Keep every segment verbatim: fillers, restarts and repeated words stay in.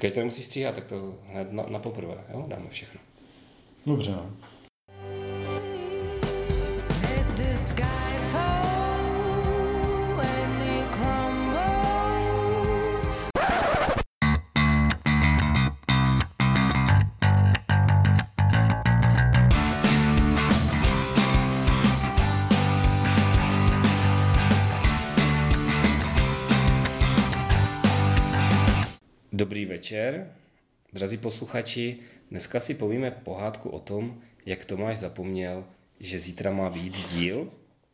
Když to nemusíš stříhat, tak to hned na, na poprvé, jo? Dáme všechno. Dobře, no. Dobrý večer, drazí posluchači. Dneska si povíme pohádku o tom, jak Tomáš zapomněl, že zítra má být díl.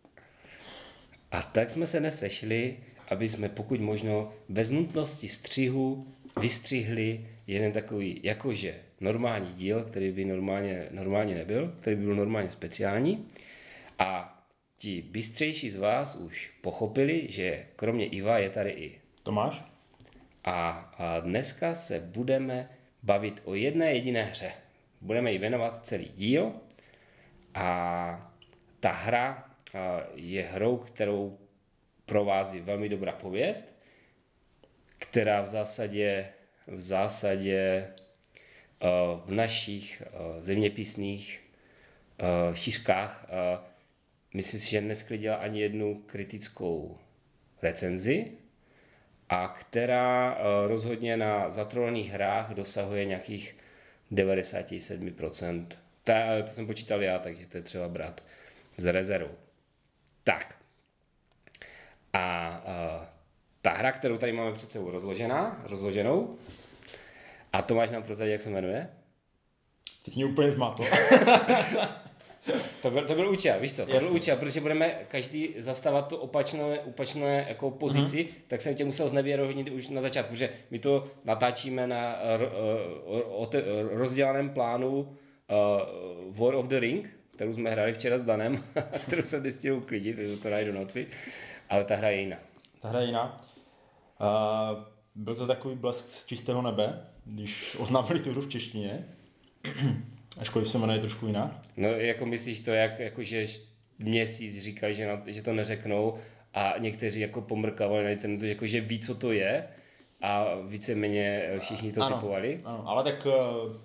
A tak jsme se dnes sešli, aby jsme pokud možno bez nutnosti střihu vystřihli jeden takový jakože normální díl, který by normálně, normálně nebyl, který by byl normálně speciální. A ti bystřejší z vás už pochopili, že kromě Iva je tady i Tomáš? A, a dneska se budeme bavit o jedné jediné hře. Budeme jí věnovat celý díl a ta hra je hrou, kterou provází velmi dobrá pověst, která v zásadě, v zásadě v našich zeměpisných šířkách myslím si, že nesklidila ani jednu kritickou recenzi, a která rozhodně na zatrolených hrách dosahuje nějakých devadesát sedm procent. Ta, to jsem počítal já, takže to je třeba brát z rezervou. Tak. A, a ta hra, kterou tady máme před sebou rozložená, rozloženou, a Tomáš nám prozradí, jak se jmenuje? Teď mě úplně zmátl. To byl, to byl účel, víš co, to Jasně. byl účel, protože budeme každý zastávat tu opačné, opačné jako pozici, uh-huh. tak jsem tě musel znevěrohodnit už na začátku, protože my to natáčíme na rozdělaném plánu uh, War of the Ring, kterou jsme hráli včera s Danem, kterou jsem nestihl uklidit, protože to hraje do noci, ale ta hra je jiná. Ta hra je jiná. Uh, byl to takový blesk z čistého nebe, když oznámili tu hru v češtině. Ačkoliv se jmenuje trošku jinak. No jako myslíš to, jak jako, že měsíc říkají, že, na, že to neřeknou a někteří jako pomrkávali na internetu, jako, že ví, co to je a víceméně všichni to ano, typovali. Ano, ale tak uh,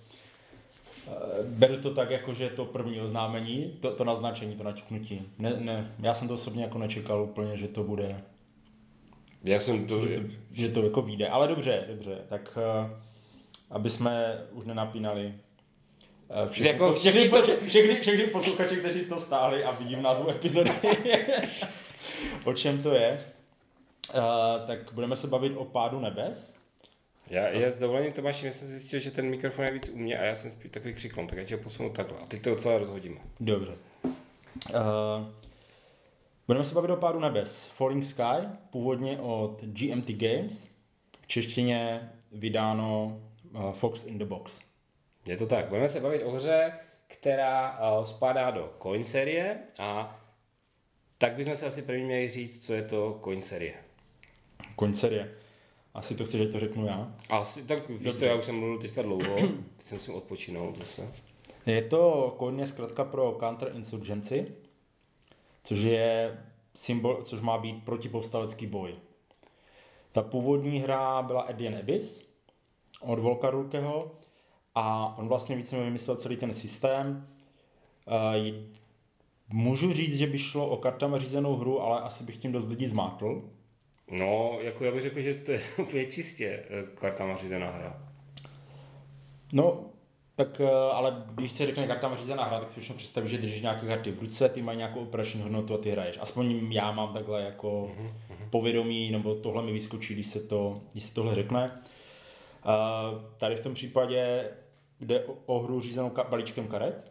beru to tak, jako, že to první oznámení, to, to naznačení, to načknutí. Ne, ne, já jsem to osobně jako nečekal úplně, že to bude, Já jsem to... že to, že to jako vyjde, ale dobře, dobře, tak uh, aby jsme už nenapínali Všechny, jako všechny, všechny, všechny, všechny, všechny posluchači, kteří to stáli a vidím názvu epizody, o čem to je, uh, tak budeme se bavit o Pádu nebes. Já, já s dovolením Tomáši, jsem zjistil, že ten mikrofon je víc u mě a já jsem spíš takový křiklom, tak já tě ho posunu takhle a teď to celé rozhodíme. Dobře. Uh, budeme se bavit o Pádu nebes. Falling Sky, původně od G M T Games, v češtině vydáno uh, Fox in the Box. Je to tak. Budeme se bavit o hře, která uh, spadá do coin série a tak bychom se asi první měli říct, co je to coin série. Coin série. Asi to chceš, že to řeknu já? Asi, tak víš co, já už jsem mluvil teďka dlouho, teď jsem musím odpočinout zase. Je to coin je zkrátka pro counterinsurgency, což je symbol, což má být protipovstalecký boj. Ta původní hra byla Edian Abyss od Volka Rulkeho, a on vlastně více vymyslel celý ten systém. Uh, můžu říct, že by šlo o kartama řízenou hru, ale asi bych tím dost lidí zmátl. No, jako já bych řekl, že to je úplně čistě kartama řízená hra. No, tak uh, ale když se řekne kartama řízená hra, tak si všechno představíš, že držíš nějaké karty v ruce, ty mají nějakou operační hodnotu a ty hraješ. Aspoň já mám takhle jako uh-huh, uh-huh. povědomí, nebo tohle mi vyskočí, když se, to, když se tohle řekne. Uh, tady v tom případě jde o, o hru řízenou ka- balíčkem karet.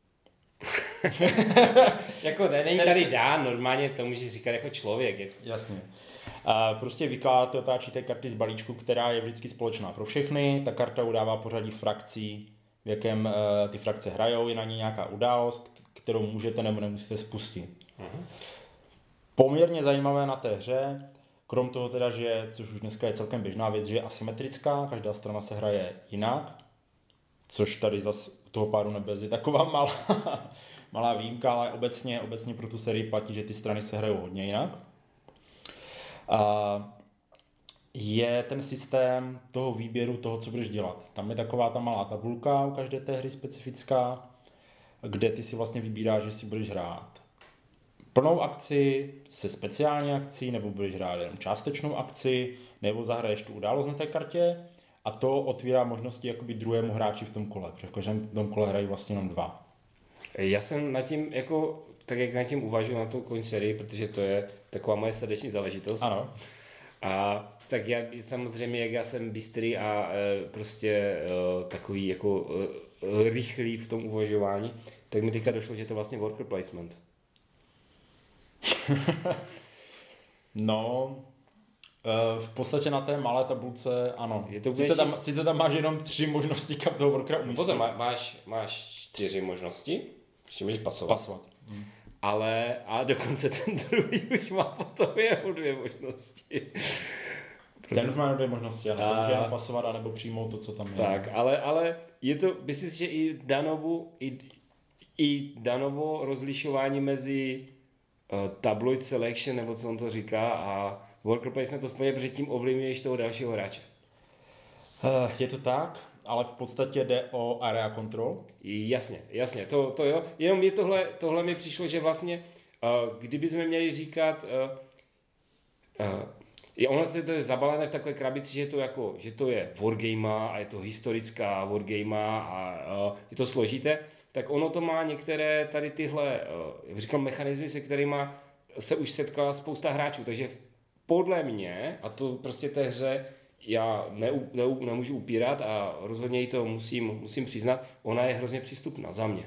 Jako není tady dán, normálně to můžeš říkat jako člověk. Je... Jasně. Uh, prostě vykládáte, otáčíte karty z balíčku, která je vždycky společná pro všechny. Ta karta udává pořadí frakcí, v jakém uh, ty frakce hrajou. Je na ní nějaká událost, kterou můžete nebo nemusíte spustit. Uh-huh. Poměrně zajímavé na té hře, krom toho teda, že, což už dneska je celkem běžná věc, že je asymetrická, každá strana se hraje jinak, což tady zase u toho Pádu nebes je taková malá, malá výjimka, ale obecně, obecně pro tu sérii platí, že ty strany se hrajou hodně jinak. A je ten systém toho výběru toho, co budeš dělat. Tam je taková ta malá tabulka u každé té hry specifická, kde ty si vlastně vybíráš, že si budeš hrát plnou akci se speciální akcí, nebo budeš hrát jenom částečnou akci, nebo zahraješ tu událost na té kartě a to otvírá možnosti jakoby druhému hráči v tom kole, protože v každém tom kole hrají vlastně jenom dva. Já jsem nad tím, jako, tak jak nad tím uvažuji na tu coin sérii, protože to je taková moje srdeční záležitost. Ano. A tak já samozřejmě, jak já jsem bystrý a e, prostě e, takový jako e, rychlý v tom uvažování, tak mi teďka došlo, že je to vlastně worker placement. No, v podstatě na té malé tabulce ano. Je to sice, tam, sice tam máš jenom tři možnosti, kam toho workera umístit. Pozor, má, máš, máš čtyři možnosti, ještě můžeš pasovat. Pasovat. Hmm. Ale a dokonce ten druhý už má potom jenom dvě možnosti. Ten už má jenom dvě možnosti, a může jenom pasovat, anebo přijmout to, co tam je. Tak, ale, ale je to, myslím si, že i Danovu, i, i Danovo rozlišování mezi uh, tabloid selection, nebo co on to říká, a worker placement to spojně, protože tím ovlivňuješ toho dalšího hráče. Uh, je to tak, ale v podstatě jde o area control. Jasně, jasně, to, to jo. Jenom je tohle, tohle mi přišlo, že vlastně, uh, kdybychom měli říkat, uh, uh, je, ono to je zabalené v takové krabici, že to, jako, že to je wargame a je to historická wargame a uh, je to složité, tak ono to má některé tady tyhle, uh, jak říkám, mechanismy, se kterými se už setkala spousta hráčů, takže podle mě, a to prostě té hře já ne, ne, nemůžu upírat a rozhodně jí to musím, musím přiznat, ona je hrozně přístupná za mě.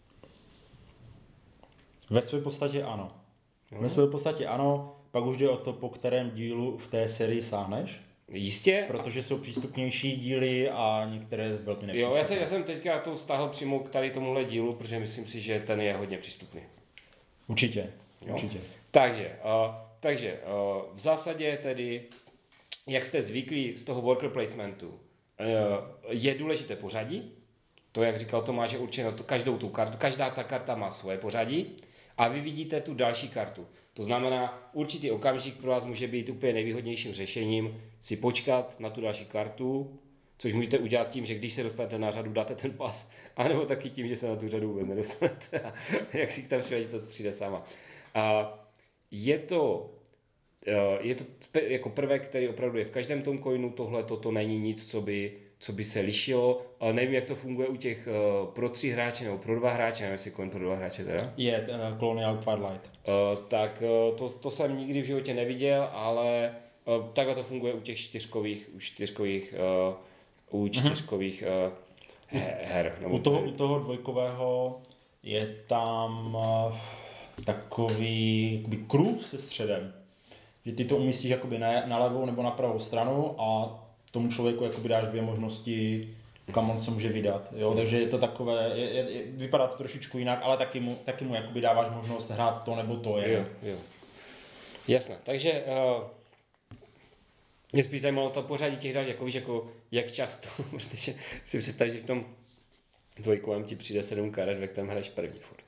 Ve své podstatě ano. No. Ve své podstatě ano, pak už jde o to, po kterém dílu v té sérii sáhneš. Jistě. Protože jsou přístupnější díly a některé velmi nepřístupné. Jo, já jsem, já jsem teďka to stáhl přímo k tady tomuhle dílu, protože myslím si, že ten je hodně přístupný. Určitě, jo? určitě. Takže, uh, takže uh, v zásadě tedy, jak jste zvyklí z toho worker placementu, uh, je důležité pořadí. To, jak říkal Tomáš, je určeno to, každou tu kartu. Každá ta karta má svoje pořadí a vy vidíte tu další kartu. To znamená, určitý okamžik pro vás může být úplně nejvýhodnějším řešením si počkat na tu další kartu, což můžete udělat tím, že když se dostanete na řadu, dáte ten pas, anebo taky tím, že se na tu řadu vůbec nedostanete a jak si tam příležitost přijde sama. A je to, je to jako prvek, který opravdu je v každém tom coinu, tohle toto není nic, co by, co by se lišilo, ale nevím, jak to funguje u těch uh, pro tři hráče nebo pro dva hráče, nevím, jestli coin pro dva hráče teda. Je uh, Colonial Twilight. Uh, tak uh, to, to jsem nikdy v životě neviděl, ale uh, takhle to funguje u těch čtyřkových, u čtyřkových, uh, u čtyřkových uh, he, her. U toho, u toho dvojkového je tam uh, takový jakoby kruh se středem, že ty to umístíš jakoby na, na levou nebo na pravou stranu a tomu člověku jakoby dáš dvě možnosti, kam on se může vydat. Jo? Takže je to takové, je, je, vypadá to trošičku jinak, ale taky mu, taky mu jakoby dáváš možnost hrát to nebo to. Je. Jo, jo. Jasné, takže uh, mě spíš zajímalo to pořadí těch dalších, jako víš, jako jak často, protože si představíš, že v tom dvojkovém ti přijde sedm karet, ve kterém hraješ první furt.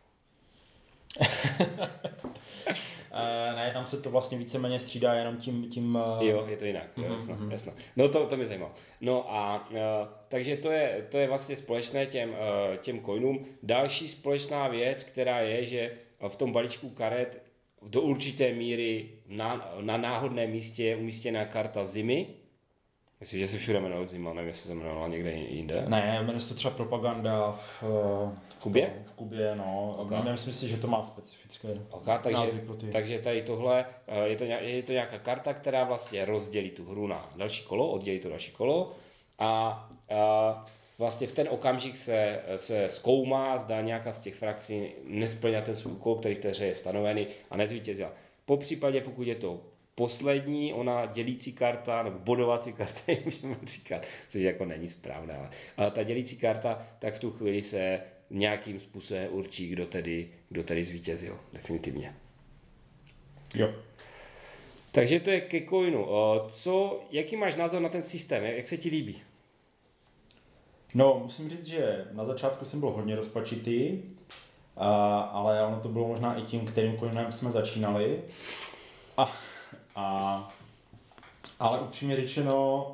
Uh, ne, tam se to vlastně víceméně střídá jenom tím... tím uh... Jo, je to jinak, jo, jasno, mm-hmm. jasno. No to, to mě zajímalo. No a uh, takže to je, to je vlastně společné těm, uh, těm coinům. Další společná věc, která je, že v tom balíčku karet do určité míry na, na náhodném místě je umístěná karta zimy. Myslím, že se všude jmenuje zima, nevím, jestli se jmenovala někde jinde. Ne, jmenuje se to třeba propaganda v, v Kubě? V Kubě, no. Okay. Nemyslím si, že to má specifické okay, takže, názvy pro ty. Takže tady tohle, je to, je to nějaká karta, která vlastně rozdělí tu hru na další kolo, oddělí to další kolo a, a vlastně v ten okamžik se, se zkoumá, zda nějaká z těch frakcí nesplňá ten svůj úkol, který v té hře je stanovený a nezvítězila. Po případě, pokud je to poslední, ona dělící karta, nebo bodovací karta, můžeme říkat, což jako není správné, ale, ale ta dělící karta, tak v tu chvíli se nějakým způsobem určí, kdo tedy, kdo tedy zvítězil, definitivně. Jo. Takže to je ke coinu. Co, jaký máš názor na ten systém, jak se ti líbí? No, musím říct, že na začátku jsem byl hodně rozpačitý, ale ono to bylo možná i tím, kterým coinem jsme začínali. A A Ale upřímně řečeno,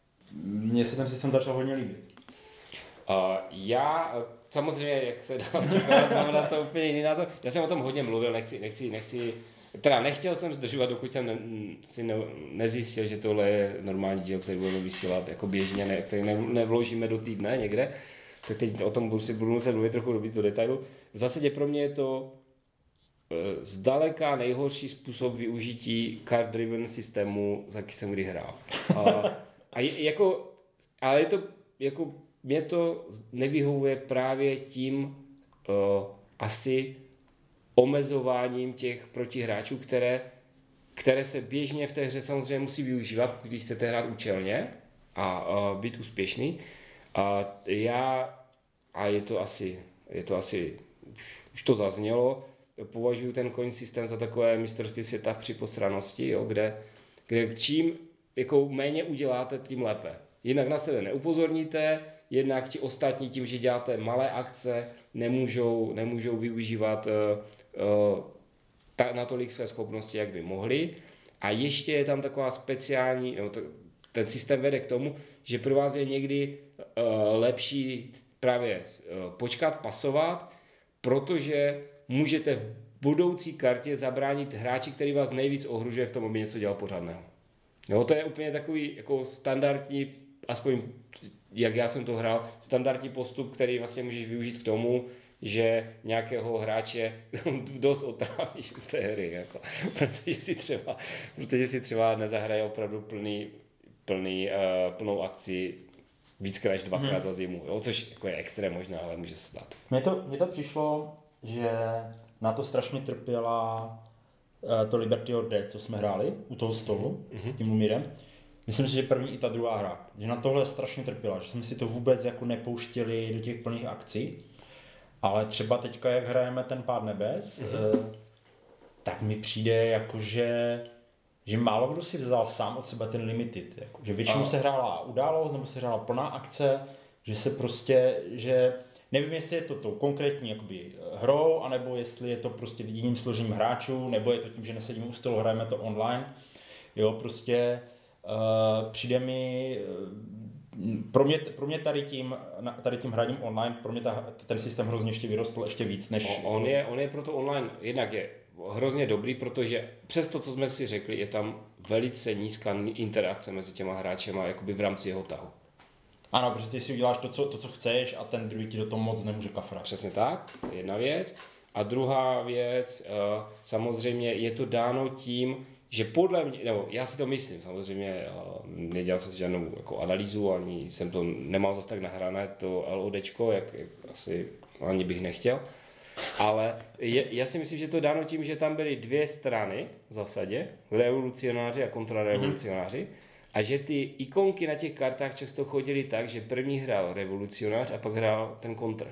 mně se ten systém začal hodně líbit. Uh, já samozřejmě, jak se dá očekávat, mám na to úplně jiný názor. Já jsem o tom hodně mluvil, nechci, nechci, nechci teda nechtěl jsem zdržovat, dokud jsem ne, si ne, nezjistil, že tohle je normální díl, který budeme vysílat jako běžně, ne, který ne, nevložíme do týdne někde. Tak teď o tom budu si budu muset mluvit trochu víc do detailu. V zásadě pro mě je to e, zdaleka nejhorší způsob využití card-driven systému, za jaký jsem kdy hrál. A, a je, jako, ale je to, jako, mě to nevyhovuje právě tím e, asi omezováním těch protihráčů, které, které se běžně v té hře samozřejmě musí využívat, pokud chcete hrát účelně a, a být úspěšný. A já, a je to asi, je to asi už, už to zaznělo, považuji ten coin systém za takové mistrovství světa v připosranosti, jo, kde, kde čím jako méně uděláte, tím lépe. Jinak na sebe neupozorníte, jednak ti ostatní tím, že děláte malé akce, nemůžou, nemůžou využívat uh, uh, ta, natolik své schopnosti, jak by mohli. A ještě je tam taková speciální, no, to, ten systém vede k tomu, že pro vás je někdy uh, lepší právě uh, počkat, pasovat, protože můžete v budoucí kartě zabránit hráči, který vás nejvíc ohrožuje v tom, aby něco dělal pořádného. Jo, to je úplně takový jako standardní, aspoň jak já jsem to hrál, standardní postup, který vlastně můžeš využít k tomu, že nějakého hráče dost otrávíš u té hry, jako, protože si třeba, protože si třeba nezahraje opravdu plný, plný, uh, plnou akci víckrát než dvakrát hmm. za zimu, jo, což jako je extrém možná, ale může se stát. Mně to, mně to přišlo, že na to strašně trpěla uh, to Liberty or Dead, co jsme hráli u toho stolu mm-hmm. s tím Lumírem. Myslím si, že první i ta druhá hra, že na tohle strašně trpěla, že jsme si to vůbec jako nepouštěli do těch plných akcí, ale třeba teďka, jak hrajeme ten Pád nebes, mm-hmm. eh, tak mi přijde jako, že, že málo kdo si vzal sám od sebe ten limited, jako, že většinou a... se hrála událost nebo se hrála plná akce, že se prostě, že nevím, jestli je to tou konkrétní jakoby, hrou, anebo jestli je to prostě jiným složením hráčů, nebo je to tím, že nesedíme u stolu, hrajeme to online, jo, prostě Uh, přijde mi, uh, pro mě, pro mě tady, tím, tady tím hraním online, pro mě ta, ten systém hrozně ještě vyrostl ještě víc než... On je, on je proto online, jednak je hrozně dobrý, protože přes to, co jsme si řekli, je tam velice nízká interakce mezi těma hráčema jakoby v rámci jeho tahu. Ano, protože ty si uděláš to, co, to, co chceš a ten druhý ti do toho moc nemůže kafrat. Přesně tak, jedna věc. A druhá věc, uh, samozřejmě je to dáno tím, že podle mě, nebo já si to myslím, samozřejmě nedělal jsem si žádnou jako analýzu, ani jsem to nemal zase tak nahrané, to LODčko, jak, jak asi ani bych nechtěl, ale je, já si myslím, že to dáno tím, že tam byly dvě strany v zásadě, revolucionáři a kontrarevolucionáři, mm-hmm. a že ty ikonky na těch kartách často chodily tak, že první hrál revolucionář a pak hrál ten kontr.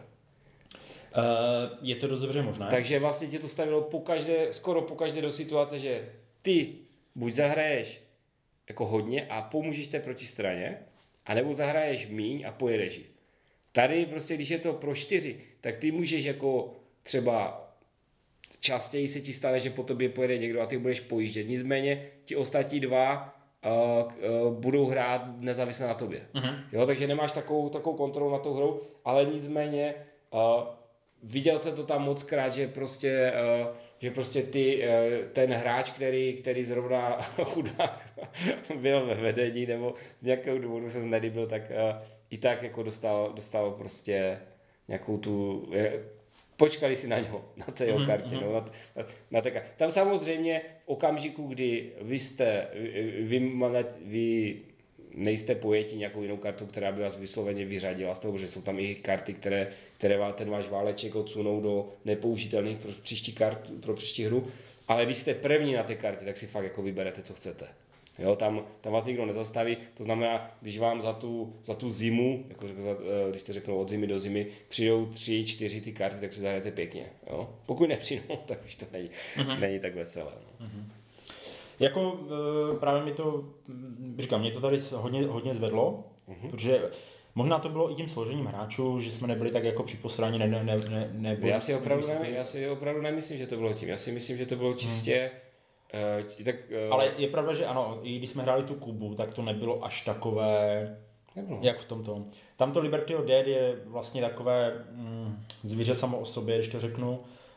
Uh, je to dost dobře možné. Takže vlastně tě to stavilo pokaždé, skoro pokaždé do situace, že ty buď zahraješ jako hodně a pomůžeš té protistraně, anebo zahraješ míň a pojedeš ji. Tady prostě, když je to pro čtyři, tak ty můžeš jako třeba častěji se ti stane, že po tobě pojede někdo a ty budeš pojíždět. Nicméně ti ostatní dva uh, uh, budou hrát nezávisle na tobě. Uh-huh. Jo, takže nemáš takovou, takovou kontrolu na tou hrou, ale nicméně uh, viděl jsem to tam moc krát, že prostě uh, že prostě ty, ten hráč, který, který zrovna chudák byl ve vedení nebo z nějakého důvodu se znelíbil, tak i tak jako dostal, dostal prostě nějakou tu, počkali si na něho, na té jeho kartě. Mm-hmm. No, na, na, na té, tam samozřejmě v okamžiku, kdy vy jste, vy, vy nejste pojeti nějakou jinou kartu, která by vás vysloveně vyřadila z toho, že jsou tam i karty, které, které ten váš váleček odsunou do nepoužitelných pro příští, kartu, pro příští hru, ale když jste první na té kartě, tak si fakt jako vyberete, co chcete. Jo, tam, tam vás nikdo nezastaví, to znamená, když vám za tu, za tu zimu, jako za, když to řeknu od zimy do zimy, přijdou tři, čtyři ty karty, tak si zahrajete pěkně. Jo? Pokud nepřijdou, tak už to není, mm-hmm. není tak veselé. No. Mm-hmm. Jako právě mi to, říkám, mě to tady hodně, hodně zvedlo, mm-hmm. protože možná to bylo i tím složením hráčů, že jsme nebyli tak jako připosráni, ne, ne, ne, nebyli. Já si opravdu, ne, já si opravdu nemyslím, že to bylo tím, já si myslím, že to bylo čistě, Uh, tak, uh, Ale je pravda, že ano, i když jsme hráli tu Kubu, tak to nebylo až takové, nebylo. jak v tomto. Tamto Liberty of Dead je vlastně takové mm, zvíře samo o sobě, když to řeknu,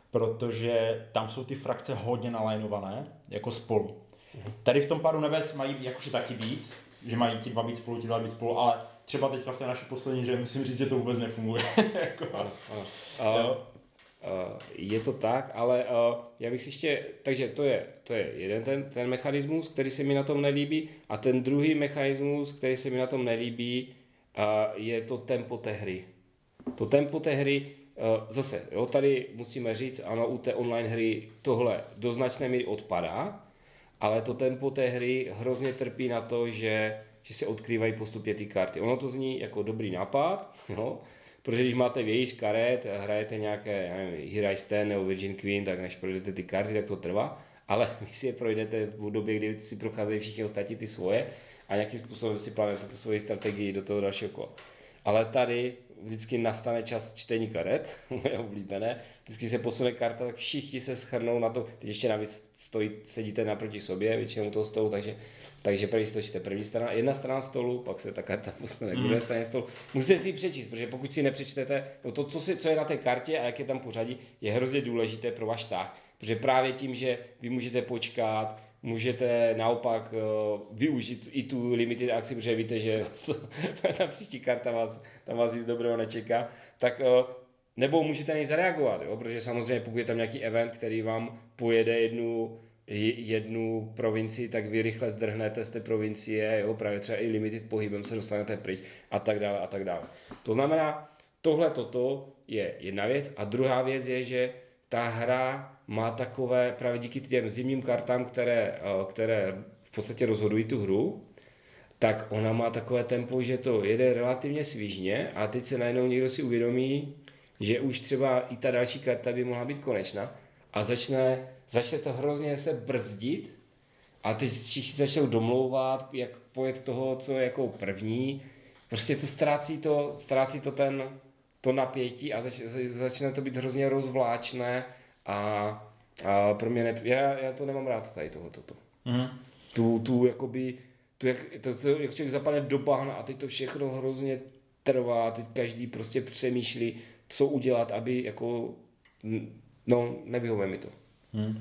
protože tam jsou ty frakce hodně nalajnované, jako spolu. Uh-huh. Tady v tom Pádu nebes mají jakože taky být, že mají ti dva být spolu, ti dva být spolu, ale třeba teďka v té naší poslední hře musím říct, že to vůbec nefunguje. jako, ano, ano. Uh, Uh, je to tak, ale uh, já bych si ještě, takže to je, to je jeden ten, ten mechanismus, který se mi na tom nelíbí, a ten druhý mechanismus, který se mi na tom nelíbí, uh, je to tempo té hry. To tempo té hry, uh, zase, jo, tady musíme říct, ano, u té online hry tohle do značné míry odpadá, ale to tempo té hry hrozně trpí na to, že, že se odkrývají postupně ty karty. Ono to zní jako dobrý nápad, jo, protože když máte vějíř karet, hrajete nějaké, já nevím, Here I Stand nebo Virgin Queen, tak než projdete ty karty, tak to trvá, ale vy si je projdete v době, kdy si procházejí všichni ostatní ty svoje a nějakým způsobem si plánujete tu svoji strategii do toho dalšího kola. Ale tady vždycky nastane čas čtení karet, moje oblíbené, vždycky se posune karta, tak všichni se shrnou na to, teď ještě navíc stojí, sedíte naproti sobě, většinou toho stolu, takže Takže první stočíte první strana, jedna strana stolu, pak se ta karta posune k druhé straně stolu. Musíte si ji přečíst, protože pokud si nepřečtete, no to, co, si, co je na té kartě a jak je tam pořadí, je hrozně důležité pro váš tah. Protože právě tím, že vy můžete počkat, můžete naopak uh, využít i tu limited akci, protože víte, že ta příští karta vás, tam vás nic dobrého nečeká, tak uh, nebo můžete na něj zareagovat, jo? Protože samozřejmě pokud je tam nějaký event, který vám pojede jednu jednu provincii, tak vy rychle zdrhnete z té provincie, jo, právě třeba i limited pohybem se dostanete pryč a tak dále a tak dále. To znamená, tohle toto je jedna věc a druhá věc je, že ta hra má takové, právě díky těm zimním kartám, které, které v podstatě rozhodují tu hru, tak ona má takové tempo, že to jede relativně svižně a teď se najednou někdo si uvědomí, že už třeba i ta další karta by mohla být konečná a začne Začne to hrozně se brzdit a teď všichni začnou domlouvat, jak pojet toho, co je jako první. Prostě to ztrácí to, ztrácí to ten, to napětí a zač, začne to být hrozně rozvláčné a, a pro mě ne, já, já to nemám rád tady tohle toto. Mm. Tu, tu jakoby, tu jak, to, jak člověk zapadne do bahna a teď to všechno hrozně trvá, teď každý prostě přemýšlí, co udělat, aby jako, no nevyhovuje mi to. Hmm.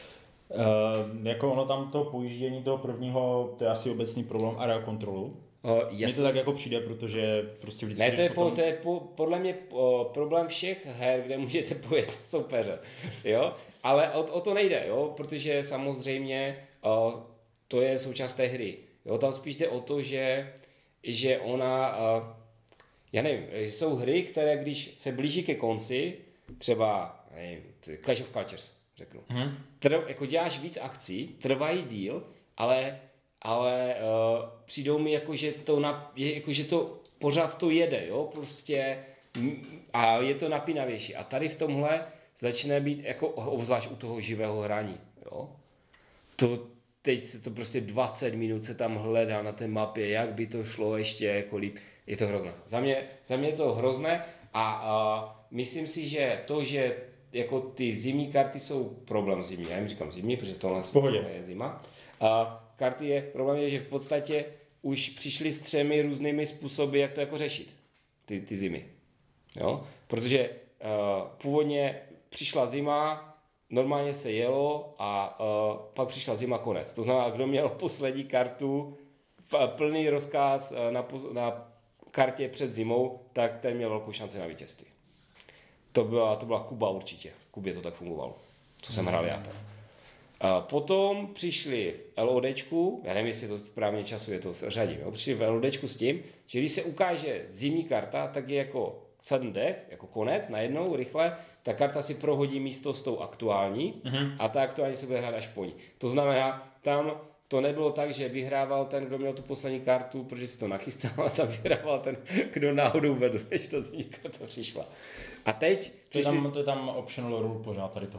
Uh, jako ono tam to pojíždění toho prvního, to je asi obecný problém area kontrolu. Uh, Mně to tak jako přijde, protože prostě vždycky... Ne, to je, potom... po, to je po, podle mě uh, problém všech her, kde můžete pojet soupeře, jo? Ale o, o to nejde, jo? Protože samozřejmě uh, to je součást té hry. Jo? Tam spíš jde o to, že, že ona, uh, já nevím, jsou hry, které když se blíží ke konci, třeba nevím, Clash of Cultures, řeknu. Hmm. Trv, jako děláš víc akcí, trvají díl, ale, ale uh, přijdou mi jako, že to, na, je, jako, že to pořád to jede, jo, prostě a je to napínavější. A tady v tomhle začne být jako obzvlášť u toho živého hraní, jo. To teď se to prostě dvacet minut se tam hledá na té mapě, jak by to šlo ještě jako líp. Je to hrozné. Za mě, za mě je to hrozné a uh, myslím si, že to, že jako ty zimní karty jsou problém zimní, já jim říkám zimní, protože tohle je zima. A karty je, problém je, že v podstatě už přišli s třemi různými způsoby, jak to jako řešit, ty, ty zimy. Jo? Protože uh, původně přišla zima, normálně se jelo a uh, pak přišla zima, konec. To znamená, kdo měl poslední kartu, plný rozkaz na, na kartě před zimou, tak ten měl velkou šanci na vítězství. To byla, to byla Kuba určitě. V Kubě to tak fungovalo. Co jsem hrál já tady. A potom přišli v LODčku, já nevím, jestli to správně časově to řadím, jo? Přišli v LODčku s tím, že když se ukáže zimní karta, tak je jako sudden death, jako konec, najednou, rychle, ta karta si prohodí místo s tou aktuální mm-hmm. a ta aktuální se bude hrát až po ní. To znamená, tam to nebylo tak, že vyhrával ten, kdo měl tu poslední kartu, protože si to nachystal, ale tam vyhrával ten, kdo náhodou vedl, než ta zimní karta přišla. A teď... To je, tam, to je tam optional rule pořád tady tohle.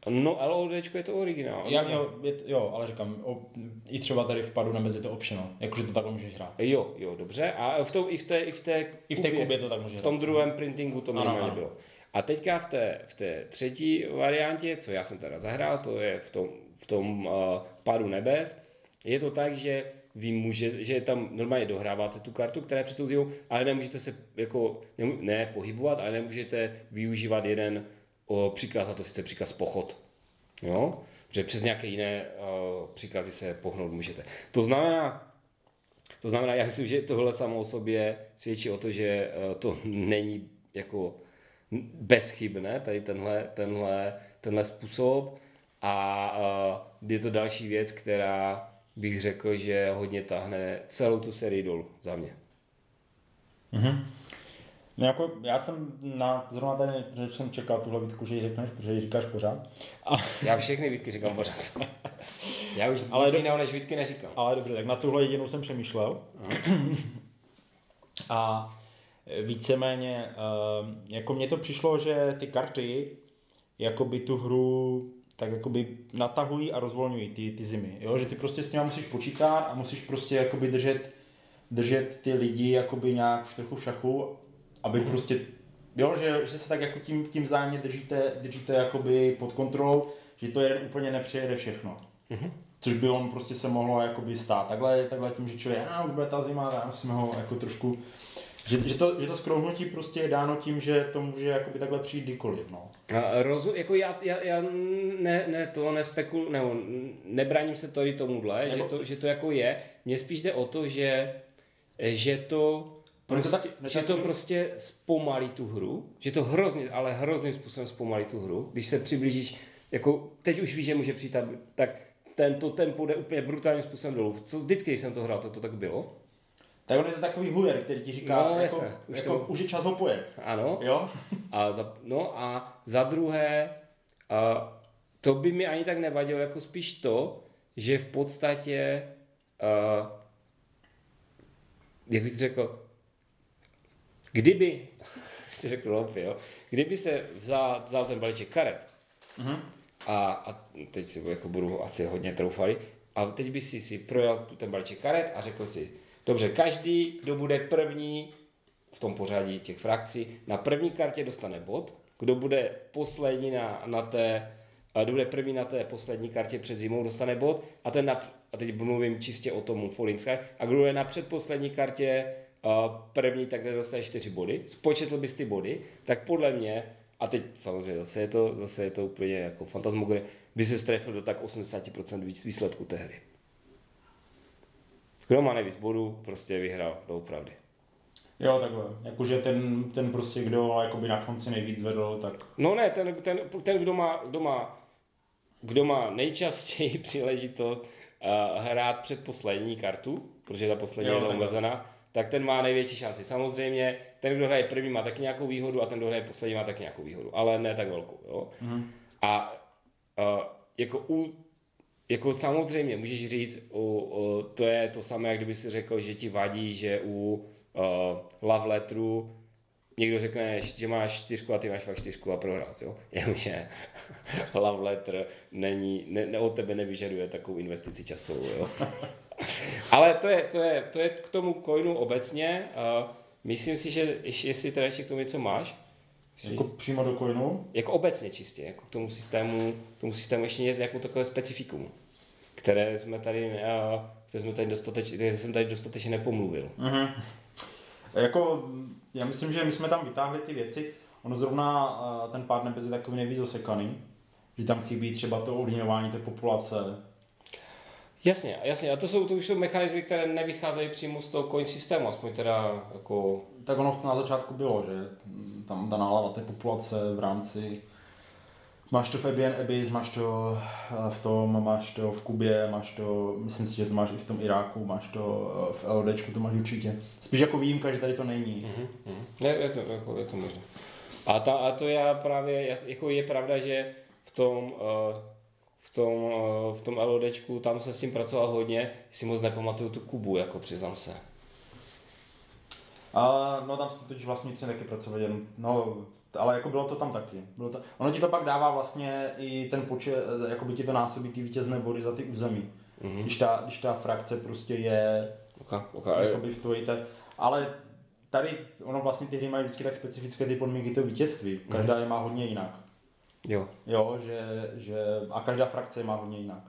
No, LODčko je to originál. Já měl, je, jo, ale říkám, o, i třeba tady v padu Nebes je to optional, jakože to takhle můžeš hrát. Jo, jo, dobře. A v tom, i v té, i v té, I v té kubě to tak můžeš v tom hrát. Druhém printingu to minimálně bylo. A teďka v té, v té třetí variantě, co já jsem teda zahrál, to je v tom, v tom uh, padu Nebes, je to tak, že vy může, že tam normálně dohráváte tu kartu, která je před tou zimou, ale nemůžete se jako, ne, ne pohybovat, ale nemůžete využívat jeden o, příkaz, a to sice příkaz pochod. Jo? Protože přes nějaké jiné o, příkazy se pohnout můžete. To znamená, to znamená, já myslím, že tohle samo o sobě svědčí o to, že o, to není jako bezchybné, tady tenhle, tenhle, tenhle způsob a o, je to další věc, která bych řekl, že hodně tahne celou tu sérii dolů za mě. Mm-hmm. No jako, já jsem na, zrovna tady, že jsem čekal tuhle výtku, že ji řekneš, protože ji říkáš pořád. A... Já všechny výtky říkám pořád. Já už ale nic do... jiného než výtky neříkám. Ale dobře, tak na tuhle jedinou jsem přemýšlel. A víceméně, jako mně to přišlo, že ty karty, jakoby tu hru tak jakoby natahují a rozvolňují ty, ty zimy, jo? Že ty prostě s nimi musíš počítat a musíš prostě jakoby držet, držet ty lidi jakoby nějak v trochu v šachu, aby mm. prostě, jo, že, že se tak jako tím, tím vzájemně držíte, držíte jakoby pod kontrolou, že to jeden úplně nepřejede všechno. Mm. Což by on prostě se mohlo jakoby stát. Takhle, takhle tím, že člověk, a už bude ta zima, já musím ho jako trošku, že, že, to, že to skrouhnutí prostě je dáno tím, že to může jakoby takhle přijít kdykoliv, no. A rozum, jako já, já, já ne, ne to nespekul, nebo nebráním se tady tomuhle, nebo... že, to, že to jako je. Mně spíš jde o to, že, že to prostě, to tak, že to prostě zpomalí tu hru, že to hrozně, ale hrozným způsobem zpomalí tu hru. Když se přiblížíš, jako teď už víš, že může přijít, tak tento tempo jde úplně brutálním způsobem dolů. Co vždycky, když jsem to hrál, to, to tak bylo. Tak on je to takový hujer, který ti říká, no, jako, jasne, už, jako, to... už je čas ho pojet. Ano. Jo? A za, no a za druhé, a to by mi ani tak nevadilo, jako spíš to, že v podstatě, a, jak bych řekl, kdyby, to řekl Lopi, jo, kdyby se vzal, vzal ten balíček karet, mm-hmm. a, a teď si jako budu asi hodně troufali, a teď by si si projel ten balíček karet a řekl si, dobře, každý, kdo bude první v tom pořadí těch frakcí, na první kartě dostane bod, kdo bude poslední na, na té, kdo bude první na té poslední kartě před zimou, dostane bod, a ten na, a teď mluvím čistě o tomu Falling Sky, a kdo je na předposlední kartě první, tak dostane čtyři body, spočetl bys ty body, tak podle mě, a teď samozřejmě zase je to, zase je to úplně jako fantasmagorie, by se strefil do tak osmdesát procent výsledku té hry. Kdo má nejvíc bodů, prostě vyhrál doopravdy. Jo, takhle. Jakože ten, ten prostě, kdo jakoby na konci nejvíc zvedl, tak... No ne, ten, ten, ten kdo, má, kdo, má, kdo má nejčastěji příležitost uh, hrát předposlední kartu, protože ta poslední jo, je omezená, tak ten má největší šanci. Samozřejmě ten, kdo hraje první, má taky nějakou výhodu a ten, kdo hraje poslední, má taky nějakou výhodu, ale ne tak velkou. Jo? Mm-hmm. A uh, jako u Jako samozřejmě, můžeš říct, u, u, to je to samé, jak kdyby si řekl, že ti vadí, že u uh, love letteru někdo řekne, že máš čtyřku a ty máš fakt čtyřku a prohrál, jo? Jenomže love letter není, ne, ne, od tebe nevyžaduje takovou investici časovou, jo? Ale to je, to, je, to je k tomu coinu obecně. Uh, myslím si, že ještě, jestli teda ještě k tomu něco máš, jako přímo do coinu? Jako obecně čistě, jako k tomu systému, tomu systému ještě nějakou takové specifikum, které jsme tady, které jsme tady dostatečně, které jsem tady dostatečně nepomluvil. Mm-hmm. Jako, já myslím, že my jsme tam vytáhli ty věci, ono zrovna ten pád Nebes je takový nejvíc osekaný, že tam chybí třeba to ovlivňování té populace. Jasně, jasně, a to jsou, to už jsou mechanismy, které nevycházejí přímo z toho coin systému, aspoň teda jako... Tak ono na začátku bylo, že tam ta nálada té populace v rámci, máš to v Ebian Abyss, máš to v tom, máš to v Kubě, máš to, myslím si, že to máš i v tom Iráku, máš to v LODčku, to máš určitě. Spíš jako výjimka, že tady to není. Mm-hmm. Je, je, to, jako, je to možné. A, ta, a to já právě, jako je pravda, že v tom, v tom, v tom LODčku, tam se s tím pracoval hodně, si moc nepamatuju tu Kubu, jako přiznám se. A no tam se totiž vlastníci taky pracovali, jen, no ale jako bylo to tam taky. Bylo to, ono ti to pak dává vlastně i ten počet, jakoby ti to násobí ty vítězné body za ty území. Mm-hmm. Když, ta, když ta frakce prostě je okay, okay. jakoby v tvojí, tak, ale tady ono vlastně ty hry mají vždycky tak specifické ty podmínky toho vítězství. Každá mm-hmm. je má hodně jinak. Jo. Jo, že, že, a každá frakce je má hodně jinak.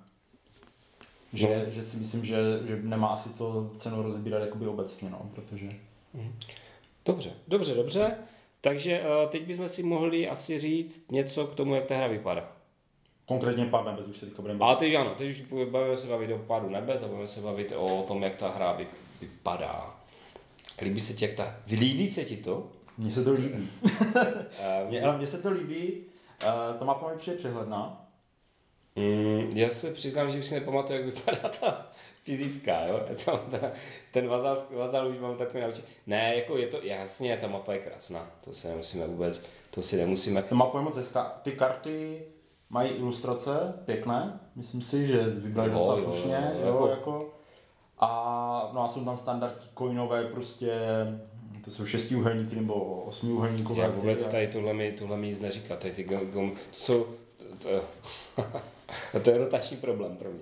Že, no. že si myslím, že, že nemá asi to cenu rozbírat jakoby obecně, no, protože... Dobře, dobře, dobře. Takže uh, teď bychom si mohli asi říct něco k tomu, jak ta hra vypadá. Konkrétně Pád nebes, už se teďka budeme bavit. Ale teď ano, teď už budeme se bavit o Pádu nebes a budeme se bavit o tom, jak ta hra vy, vypadá. Líbí se ti, jak ta... Líbí se ti to? Mně se to líbí. Mně, ale mně se to líbí, uh, to mapa mi přijde přehledná. Mm, já se přiznám, že už si nepamatuju, jak vypadá ta fyzická, jo? Ten vazal, vazal už mám takový naučit. Ne, jako je to, jasně, ta mapa je krásná, to se nemusíme vůbec, to si nemusíme. Ta mapa je moc hezká, ty karty mají ilustrace pěkné, myslím si, že vybrali docela slušně, jo, jako... jako. A no a jsou tam standardní coinové prostě, to jsou šestiúhelníky nebo osmiúhelníkové. Já vůbec tady tohle mi, tohle mi nic neříká, tady ty gom, to jsou, to, to, to je rotační problém pro mě.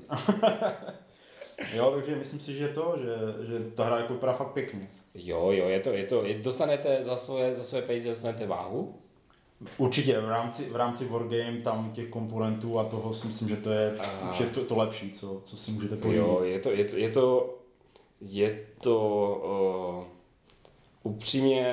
Jo, takže myslím si, že to, že, že ta hra jako vypadá fakt pěkně. Jo, jo, je to, je to, dostanete za svoje, za svoje peníze, dostanete váhu? Určitě, v rámci, v rámci Wargame tam těch komponentů a toho si myslím, že to je, a... už je to, to lepší, co, co si můžete pořídit. Jo, je to, je to, je to, je to uh, upřímně,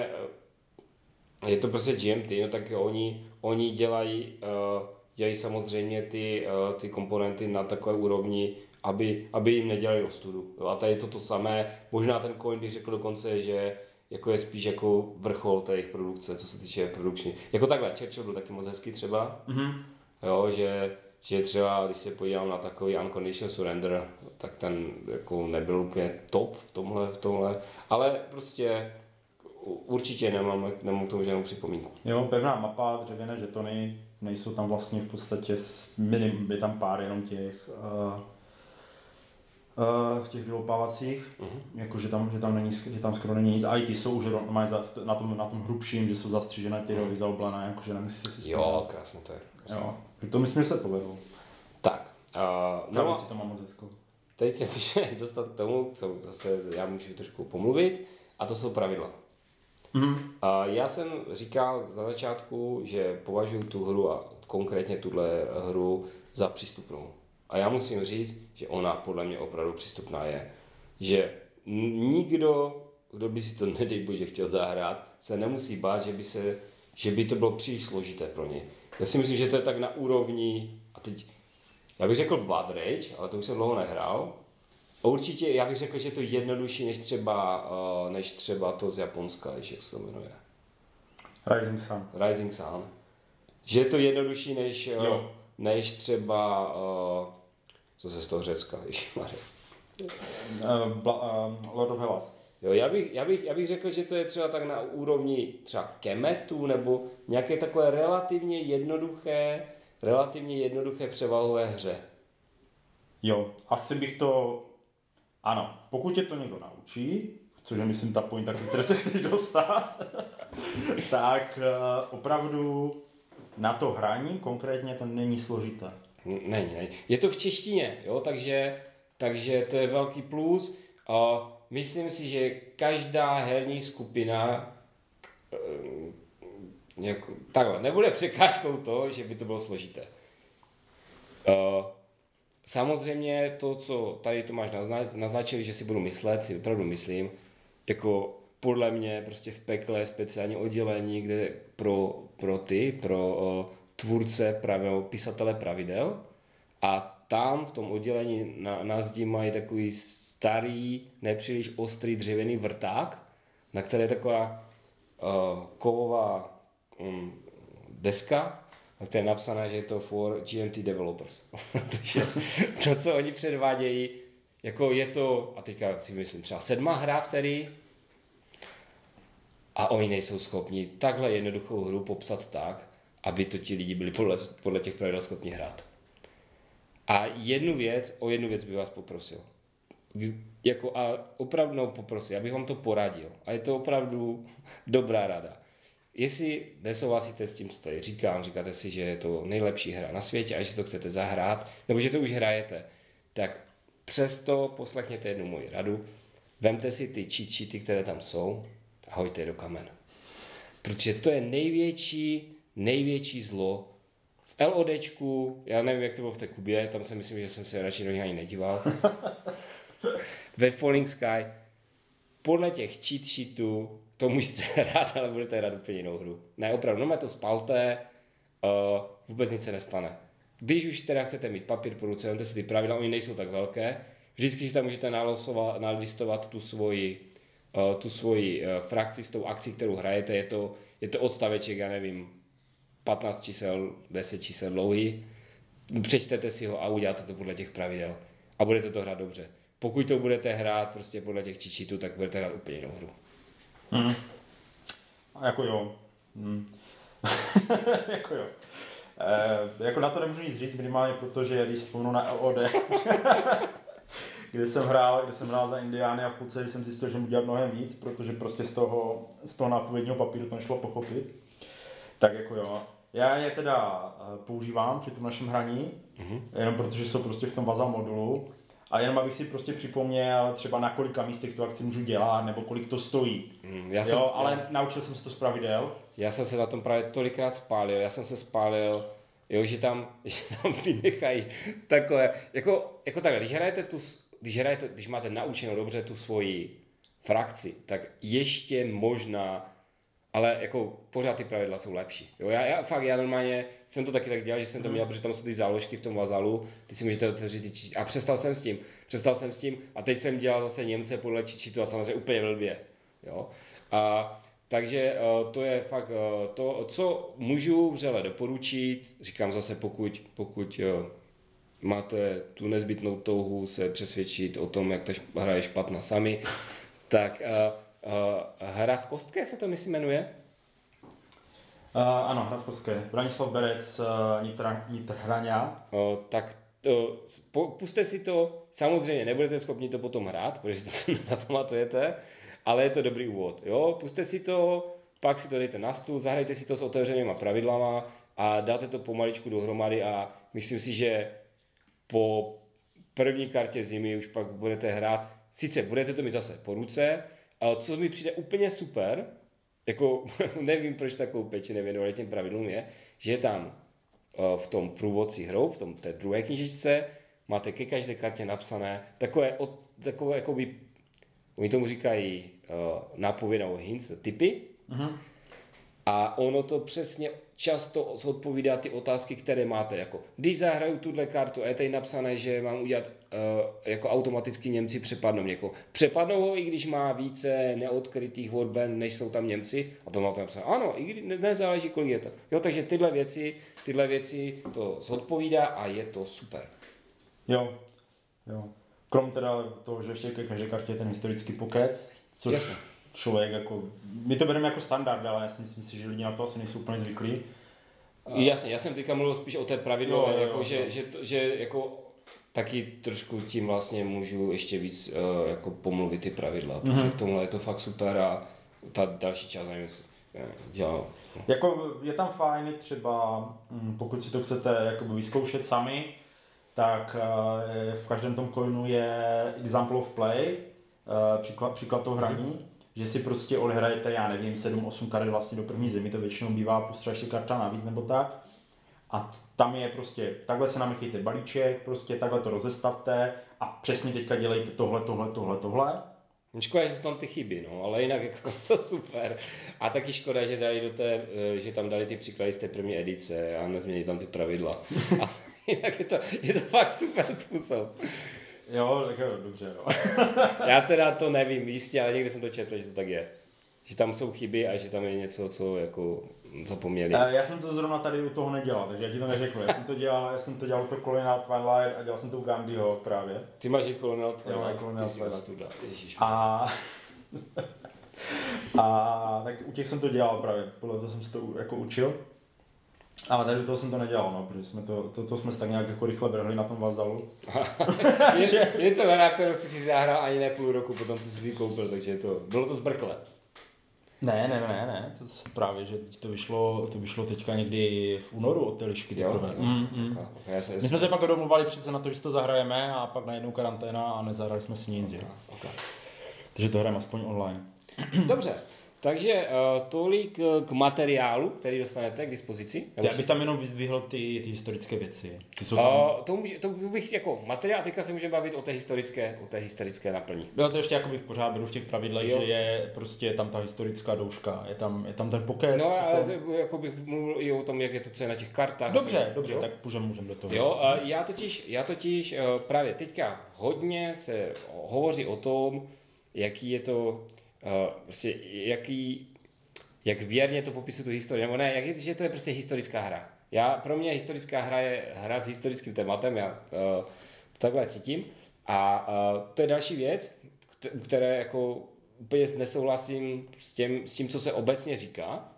je to prostě G M T, no tak oni, oni dělají, uh, dělají samozřejmě ty, uh, ty komponenty na takové úrovni, aby, aby jim nedělali ostudu. Jo, a tady je to to samé, možná ten coin bych řekl dokonce, že jako je spíš jako vrchol té jejich produkce, co se týče produkční. Jako takhle, Churchill byl taky moc hezký třeba, mm-hmm. jo, že, že třeba, když se podívám na takový Unconditional Surrender, tak ten jako nebyl úplně top v tomhle, v tomhle, ale prostě určitě nemám, nemám k tomu žádnou připomínku. Jo, pevná mapa, dřevěné žetony, nejsou tam vlastně v podstatě, minim, je tam pár jenom těch... Uh... v těch vyloupávacích, uh-huh. jako že tam, že tam není, že tam skoro není nic, a i ty jsou už mají za, na, tom, na tom hrubším, že jsou zastřižené ty rohy, uh-huh. zaoblané, jakože nemusíte si stát. Jo, krásně to je. Krásně. Jo, to myslím, že se povedlo. Tak. Uh, no, to mám moc hezkou. Teď se můžeme dostat k tomu, co zase já můžu trošku pomluvit, a to jsou pravidla. Uh-huh. Uh, já jsem říkal na začátku, že považuji tu hru a konkrétně tuhle hru za přístupnou. A já musím říct, že ona podle mě opravdu přístupná je. Že nikdo, kdo by si to nedej bože chtěl zahrát, se nemusí bát, že by, se, že by to bylo příliš složité pro ně. Já si myslím, že to je tak na úrovni, a teď, já bych řekl Blood Rage, ale to už jsem dlouho nehrál. A určitě já bych řekl, že je to jednodušší než třeba, uh, než třeba to z Japonska, jak se to jmenuje. Rising Sun. Rising Sun. Že je to jednodušší než, uh, než třeba... Uh, co se z toho Řecka, ježišmarja. Uh, uh, Lord of Hellas. Jo, já bych, já, bych, já bych řekl, že to je třeba tak na úrovni třeba Kemetu, nebo nějaké takové relativně jednoduché, relativně jednoduché převahové hře. Jo, asi bych to, ano, pokud tě to někdo naučí, což je myslím ta pointa, které se chceš dostat, tak uh, opravdu na to hraní konkrétně to není složité. Není, není. Je to v češtině, jo, takže, takže to je velký plus. A myslím si, že každá herní skupina nějak, takhle, nebude překážkou to, že by to bylo složité. Samozřejmě to, co tady Tomáš naznačil, že si budu myslet, si opravdu myslím, jako podle mě prostě v pekle speciální oddělení, kde pro, pro ty, pro tvůrce pravidel, pisatele pravidel, a tam v tom oddělení na, na zdi mají takový starý, nepříliš ostrý dřevěný vrták, na které je taková uh, kovová um, deska, na které je napsané, že je to for G M T developers. Takže to, co oni předvádějí, jako je to, a teďka si myslím, třeba sedmá hra v sérii, a oni nejsou schopni takhle jednoduchou hru popsat tak, aby to ti lidi byli podle, podle těch pravidel schopni hrát. A jednu věc, o jednu věc bych vás poprosil. Jako a opravdu poprosil, abych vám to poradil. A je to opravdu dobrá rada. jestli nesouhlasíte s tím, co tady říkám, říkáte si, že je to nejlepší hra na světě a že si to chcete zahrát, nebo že to už hrajete, tak přesto poslechněte jednu moji radu, vemte si ty cheat sheety, které tam jsou a hoďte je do kamene. Protože to je největší, největší zlo. V LODčku, já nevím, jak to bylo v té Kubě, tam si myslím, že jsem se radši do něj ani nedíval. Ve Falling Sky, podle těch cheat sheetů, to můžete hrát, ale budete hrát úplně jinou hru. Ne, opravdu, no to spalte, uh, vůbec nic se nestane. Když už teda chcete mít papír po ruce, vemte si ty pravidla, oni nejsou tak velké, vždycky si tam můžete nalistovat tu svoji, uh, tu svoji uh, frakci s tou akcí, kterou hrajete, je to, je to odstaveček, já nevím, patnáct čísel, deset čísel dlouhý, přečtete si ho a uděláte to podle těch pravidel a budete to hrát dobře. Pokud to budete hrát prostě podle těch cheat sheetů, tak budete hrát úplně jinou hru. Hmm. Jako jo. Hmm. jako jo. E, jako na to nemůžu nic říct minimálně, protože když vzpomenu na L O D, kde jsem hrál, kde jsem hrál za Indiány a v půlce jsem zjistil, že můžu dělat mnohem víc, protože prostě z toho, z toho nápovědního papíru to nešlo pochopit. Tak jako jo. Já je teda používám při tom našem hraní, mm-hmm. jenom protože jsou prostě v tom Vazal modulu. A jenom abych si prostě připomněl třeba na kolika místech tu akci můžu dělat, nebo kolik to stojí. Mm, já jsem, jo, ale já, naučil jsem se to z pravidel. Já jsem se na tom právě tolikrát spálil, já jsem se spálil, jo, že tam, že tam vynechají takové, jako, jako takhle, když hrajete tu, když hrajete, když máte naučenou dobře tu svoji frakci, tak ještě možná, ale jako pořád ty pravidla jsou lepší. Jo, já, já fakt, já normálně jsem to taky tak dělal, že jsem to měl, protože tam jsou ty záložky v tom vazalu, ty si můžete otevřít ty či... a přestal jsem s tím, přestal jsem s tím a teď jsem dělal zase Němce podle čičitu a samozřejmě úplně blbě. Jo. A, takže uh, to je fakt uh, to, co můžu vřele doporučit, říkám zase pokud, pokud uh, máte tu nezbytnou touhu se přesvědčit o tom, jak ta hra je špatná sami, tak uh, Uh, hra v kostce se to myslím jmenuje? Uh, ano, hra v kostce. Branislav Berec, uh, Nitr, Nitr Hraňa. Uh, tak to, po, puste si to, samozřejmě nebudete schopni to potom hrát, protože si to nezapamatujete, ale je to dobrý úvod. Jo? Puste si to, pak si to dejte na stůl, zahrajte si to s otevřenýma pravidlama a dáte to pomaličku dohromady a myslím si, že po první kartě zimy už pak budete hrát, sice budete to mít zase po ruce, ale co mi přijde úplně super, jako nevím, proč takovou péči nevěnovali těm pravidlům, je, že je tam uh, v tom průvodci hrou, v tom té druhé knížečce, máte ke každé kartě napsané takové, od, takové jakoby, oni tomu říkají uh, nápověda o hints, typy, uh-huh. A ono to přesně často odpovídá ty otázky, které máte, jako když zahraju tuhle kartu a je tady napsané, že mám udělat uh, jako automaticky Němci přepadnou někoho. Přepadnou ho, i když má více neodkrytých warband, než jsou tam Němci, a to má to napsané. Ano, i když nezáleží, kolik je to. Jo, takže tyhle věci, tyhle věci to zodpovídá a je to super. Jo, jo. Krom teda toho, že ještě ke každé kartě je ten historický pokec, což Jasně. člověk jako, my to bereme jako standard, ale já si myslím si, že lidi na to asi nejsou úplně zvyklí. Jasně, já jsem teďka mluvil spíš o té pravidlové, jo, jo, jako, jo, že, jo. Že, že, že jako taky trošku tím vlastně můžu ještě víc uh, jako pomluvit ty pravidla, protože mm-hmm. k tomuhle je to fakt super a ta další část nevím, dělal. Jako je tam fajn třeba, pokud si to chcete jakoby vyzkoušet sami, tak uh, v každém tom coinu je example of play, uh, příklad, příklad toho hraní, mm-hmm. že si prostě odhrajete, já nevím, sedm osm karet vlastně do první zimy, to většinou bývá, plus třeba ještě karta navíc nebo tak. A tam je prostě, takhle se namíchejte balíček, prostě takhle to rozestavte a přesně teďka dělejte tohle, tohle, tohle, tohle. Škoda, že jsou tam ty chyby, no, ale jinak jako to super. A taky škoda, že, dali do té, že tam dali ty příklady z té první edice a nezměnili tam ty pravidla. A jinak je to, je to fakt super způsob. Jo, tak jo, dobře, no. Já teda to nevím jistě, ale někde jsem to četl, že to tak je. Že tam jsou chyby a že tam je něco, co jako zapomněli. Já jsem to zrovna tady u toho nedělal, takže já ti to neřeknu. Já jsem to dělal, já jsem to dělal to Colonial Twilight a dělal jsem to u Gandhiho právě. Ty máš i Colonial Twilight, jo, Colonial ty jsi ostuda, ježiš. A... a tak u těch jsem to dělal právě, podle toho jsem se to jako učil. Ale tady toho jsem to nedělal, no, protože jsme to, to, to jsme se tak nějak jako rychle vrhli na tom Vazalu. je, je to hra, kterou jsi si zahrál ani ne půl roku potom, co jsi si koupil, takže je to, bylo to zbrkle. Ne, ne, ne, ne, to je právě, že to vyšlo, to vyšlo teďka někdy v únoru od té lišky teprve. Mm, mm. Okay, se, My jsme se pak domluvali přece na to, že to zahrajeme a pak najednou karanténa a nezahrali jsme si nic, okay, že? Okay. Takže to hrajeme aspoň online. Dobře, takže uh, tolik k materiálu, který dostanete k dispozici. Já bych tam jenom vyzdvihl ty, ty historické věci. Ty jsou tam... uh, to, může, to bych jako materiál, teďka se můžeme bavit o té historické, o té historické naplní. No to ještě jako bych pořád beru v těch pravidlech, jo. Že je prostě tam ta historická douška, je tam, je tam ten pokec. No ale tom... jako bych mluvil i o tom, jak je to, co je na těch kartách. Dobře, tak, dobře, jo? Tak můžeme můžem do toho. Jo, já totiž, já totiž právě teďka hodně se hovoří o tom, jaký je to, prostě jaký, jak věrně to popisuje tu historii, nebo ne, jak je, že to je prostě historická hra. Já, pro mě historická hra je hra s historickým tématem, já uh, takhle cítím. A uh, to je další věc, které jako úplně nesouhlasím s tím, s tím, co se obecně říká.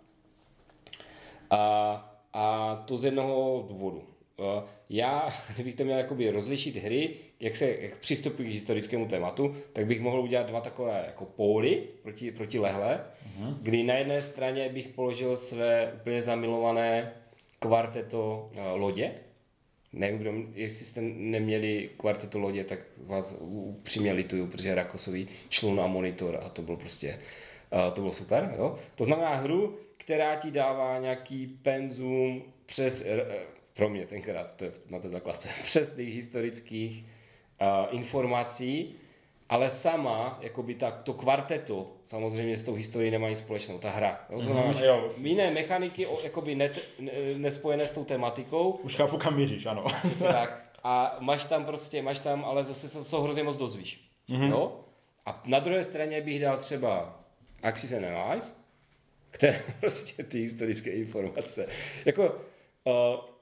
A, a to z jednoho důvodu. Uh, já, kdybych to měl jakoby rozlišit hry, jak se jak přistupují k historickému tématu, tak bych mohl udělat dva takové jako póly proti, protilehlé, uh-huh. kdy na jedné straně bych položil své úplně zamilované kvarteto uh, lodě. Nevím, kdo, jestli jste neměli kvarteto lodě, tak vás upřímně lituju, protože Rakosový člun a monitor a to bylo prostě, uh, to bylo super. Jo? To znamená hru, která ti dává nějaký penzum přes, pro mě tenkrát to je na té základce, přes těch historických uh, informací, ale sama, jakoby ta, to kvarteto, samozřejmě s tou historií nemá nic společnou, ta hra. Jo? Znamená, mm, jo. Jiné mechaniky, jakoby ne, ne, nespojené s tou tematikou. Už chápu, kam míříš, ano. Tak. A máš tam prostě, máš tam, ale zase se toho hrozně moc dozvíš. Mm-hmm. Jo? A na druhé straně bych dal třeba Axis and Allies, které prostě ty historické informace. Jako, uh,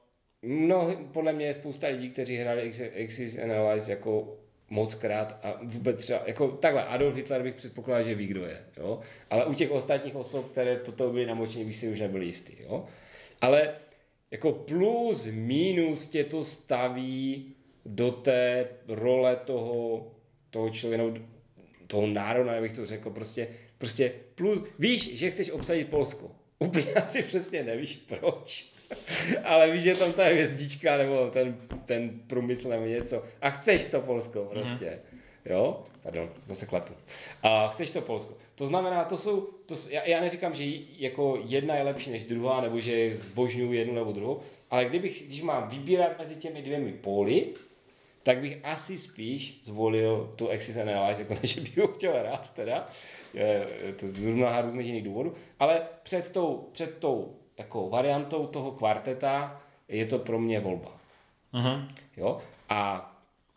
mnoho, podle mě je spousta lidí, kteří hráli Axis and Allies jako moc krát a vůbec třeba, jako takhle, Adolf Hitler bych předpokládal, že ví, kdo je, jo? Ale u těch ostatních osob, které toto byly namočení, bych si už nebyl jistý, jo? Ale jako plus, minus tě to staví do té role toho, toho člověka, toho národa, jak bych to řekl, prostě, prostě plus, víš, že chceš obsadit Polsko. Úplně asi přesně nevíš proč. Ale víš, že tam ta hvězdička nebo ten, ten průmysl nebo něco a chceš to Polsko prostě, mm. jo, pardon, zase klepu, a chceš to Polsko, to znamená, to jsou, to, já, já neříkám, že jako jedna je lepší než druhá, nebo že zbožňuju jednu nebo druhou, ale kdybych, když mám vybírat mezi těmi dvěmi póly, tak bych asi spíš zvolil tu Axis and Allies, jako než bych ho chtěl rád teda, je, to z mnoha různých jiných důvodů, ale před tou, před tou jako variantou toho kvarteta je to pro mě volba. Uh-huh. Jo? A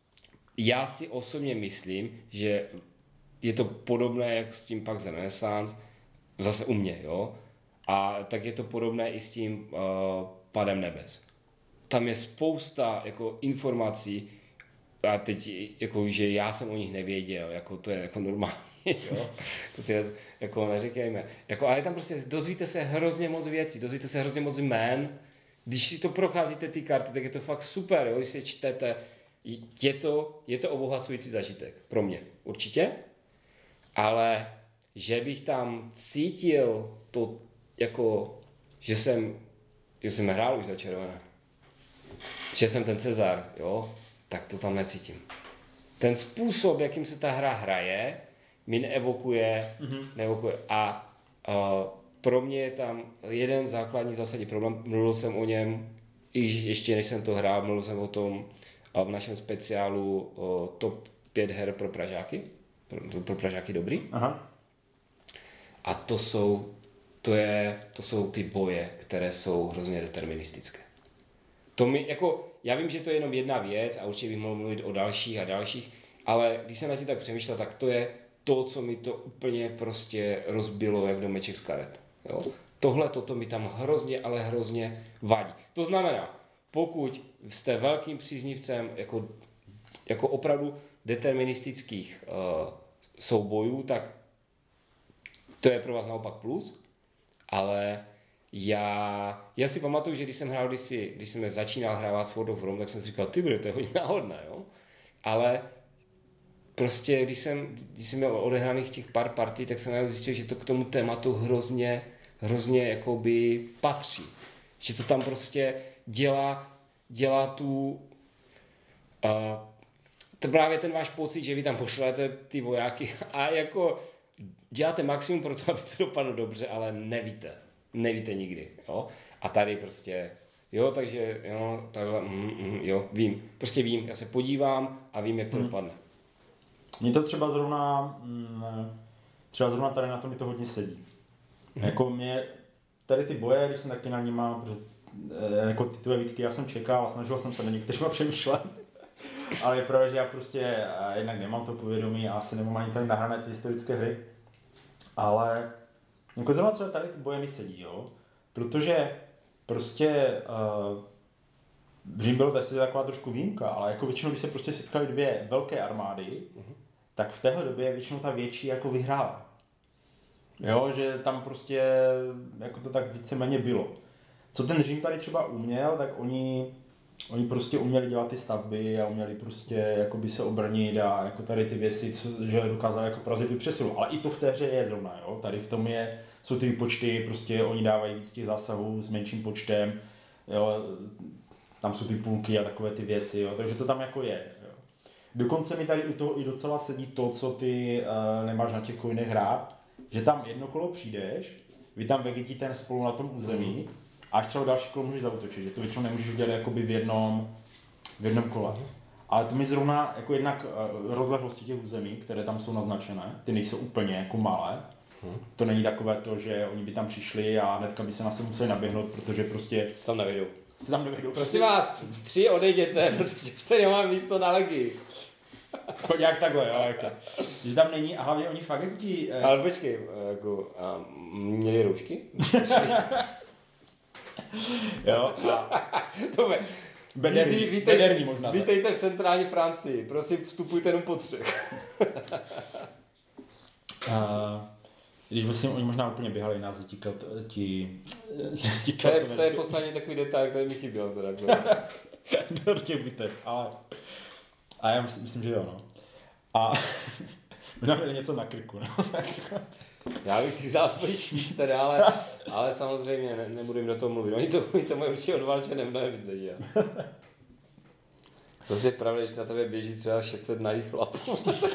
já si osobně myslím, že je to podobné jak s tím Pax Renaissance, zase u mě, jo? A tak je to podobné i s tím uh, Padem nebes. Tam je spousta jako informací a teď jako, že já jsem o nich nevěděl, jako to je jako normální. Jo? To si jako neříkejme. Jako, ale tam prostě dozvíte se hrozně moc věcí, dozvíte se hrozně moc jmén. Když si to procházíte ty karty, tak je to fakt super, jo? Když si čtete. Je to, je to obohacující zažitek. Pro mě určitě. Ale že bych tam cítil to, jako, že jsem, že jsem hrál už za červené. Že jsem ten Cezar, jo? Tak to tam necítím. Ten způsob, jakým se ta hra hraje, mi neevokuje, mm-hmm. neevokuje. A uh, pro mě je tam jeden základní zásadní problém, mluvil jsem o něm, i ještě než jsem to hrál, mluvil jsem o tom uh, v našem speciálu uh, top pět her pro Pražáky, pro, pro Pražáky dobrý. Aha. A to jsou, to, je, to jsou ty boje, které jsou hrozně deterministické. To mi, jako, já vím, že to je jenom jedna věc a určitě bych mohl mluvit o dalších a dalších, ale když jsem na tím tak přemýšlel, tak to je to, co mi to úplně prostě rozbilo jak domeček z karet. Jo? Tohle, toto mi tam hrozně, ale hrozně vadí. To znamená, pokud jste velkým příznivcem jako, jako opravdu deterministických uh, soubojů, tak to je pro vás naopak plus, ale já, já si pamatuju, že když jsem hrál, když, si, když jsem začínal hrávat Sword of Rome, tak jsem si říkal, ty bude, to je hodně náhodné, jo? Ale prostě, když jsem, když jsem měl odehraných těch pár partí, tak jsem zjistil, že to k tomu tématu hrozně, hrozně jakoby patří. Že to tam prostě dělá, dělá tu, uh, to právě ten váš pocit, že vy tam pošlete ty vojáky a jako děláte maximum pro to, aby to dopadlo dobře, ale nevíte. Nevíte nikdy, jo. A tady prostě, jo, takže, jo, takhle, mm, mm, jo, vím. Prostě vím, já se podívám a vím, jak to hmm. dopadne. Mně to třeba zrovna, mm, třeba zrovna tady na to mi to hodně sedí. Hmm. Jako mě, tady ty boje, když jsem taky na ní mám, protože jako ty tvoje výtky já jsem čekal a snažil jsem se na některýma přemýšlet. Ale je pravda, že já prostě jednak nemám to povědomí a asi nemám ani tady nahrané ty historické hry. Ale jako zrovna třeba tady ty boje mi sedí, jo. Protože prostě uh, Řím byl asi taková trošku výjimka, ale jako většinou, když se prostě setkaly dvě velké armády, uh-huh. tak v téhle době většinou ta větší jako vyhrála. Jo, že tam prostě jako to tak víceméně bylo. Co ten Řím tady třeba uměl, tak oni, oni prostě uměli dělat ty stavby a uměli prostě jakoby se obrnit a jako tady ty věci, co, že dokázali jako porazit tu přesilu. Ale i to v té hře je zrovna, jo. Tady v tom je, jsou ty počty, prostě oni dávají víc těch zásahů s menším počtem, jo. Tam jsou ty půlky a takové ty věci, jo. Takže to tam jako je, jo. Dokonce mi tady u toho i docela sedí to, co ty uh, nemáš na těch coinech hrát, že tam jedno kolo přijdeš, vy tam vegetíte spolu na tom území, mm. a až třeba další kolo můžeš zaútočit, že to většinou nemůžeš udělat jakoby v jednom, v jednom kole. Mm. Ale to mi zrovna jako jednak uh, rozlehlosti těch území, které tam jsou naznačené, ty nejsou úplně jako malé. Mm. To není takové to, že oni by tam přišli a hnedka by se na sebe museli naběhnout, protože prostě se tam nevejdou. Se tam nevejdou. Prosím vás, tři odejděte, protože už tady nemám místo na legii. Jako nějak takhle, jo, jako. Že tam není a hlavně oni fakt jako ti... Eh... Ale počkej, jako, a měli roušky? Jo, a... Dobre. Bederní, Ví, vítej, bederní možná. Vítejte v centrální Francii, prosím vstupujte jenom po třech. uh, když vlastně oni možná úplně běhali nás ti kelt, ti, ti to, je, to je poslední takový detail, který mi chyběl teda. Do těch bitev, ale... A já myslím, myslím, že jo, no. A my nám měli něco na krku, no. Já bych si vzal aspoň štít teda, ale, ale samozřejmě ne, nebudu jim do toho mluvit. Oni to, oni to mají určitě odválčené mnohem víc než já. Zase je pravda, že na tebe běží třeba šest set najít chlapů.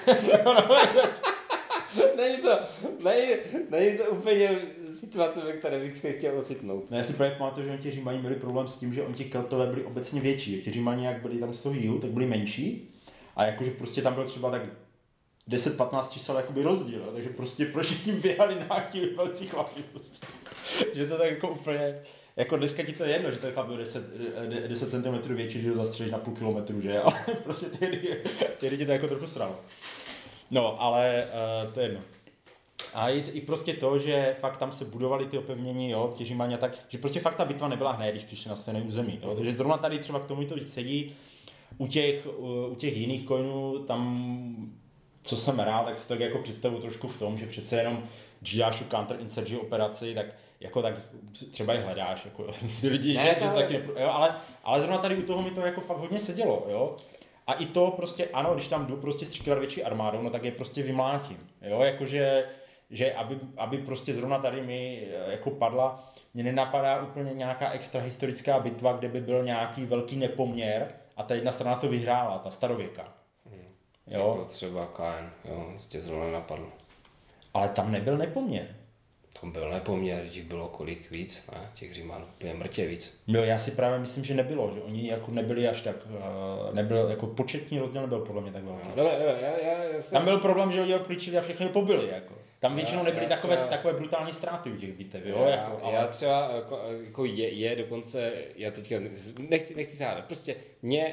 Není to, není, není to úplně situace, ve které bych se chtěl ocitnout. No, já si právě pamatuju, že oni ti Římani měli problém s tím, že oni ti Keltové byli obecně větší. Ti Římani, jak byli tam z toho jihu, tak byli menší. A jakože prostě tam byl třeba tak deset patnáct čísel jakoby rozdíl, takže prostě proč jim běhali nějaký velcí chlapi prostě. Že to tak jako úplně, jako dneska ti to je jedno, že ten chlap byl deset centimetrů větší, že ho zastřelíš na půl kilometru, že, ale prostě ty lidi to jako trochu stralo. No, ale uh, to je jedno. A i, i prostě to, že fakt tam se budovaly ty opevnění, jo, ti Římani a tak, že prostě fakt ta bitva nebyla hned, když přišli na stejné území, jo, takže zrovna tady třeba k tomu to sedí. U těch, u těch jiných coinů, tam, co jsem rád, tak si tak jako představu trošku v tom, že přece jenom, když děláš tu counter-insurgency operaci, tak jako tak třeba je hledáš, jako ty lidi, ne, že, to... že taky nepro... jo, ale, ale zrovna tady u toho mi to jako fakt hodně sedělo, jo. A i to prostě, ano, když tam jdu prostě s třikrát větší armádou, no tak je prostě vymlátím, jo, jakože, že aby, aby prostě zrovna tady mi jako padla, mě nenapadá úplně nějaká extra historická bitva, kde by byl nějaký velký nepoměr, a ta jedna strana to vyhrála, ta starověka. Hmm. Jo. Jako třeba Kájen, jo, tě zrovna napadlo. Ale tam nebyl nepoměr. Tam byl nepoměr, těch bylo kolik víc, ne? Těch Římanů úplně mrtě víc. Jo, já si právě myslím, že nebylo, že oni jako nebyli až tak, nebyl, jako početní rozdíl nebyl podle mě tak velký. No, dobré, dobré, já, já, já jsem... Tam byl problém, že oni ho klíčili a všechny ho pobili, jako. Tam většinou nebyly takové, třeba... takové brutální ztráty u těch bitev, jo? Já, jako, ale... já třeba, jako je, je dokonce, já teďka nechci, nechci se hádat, prostě mě,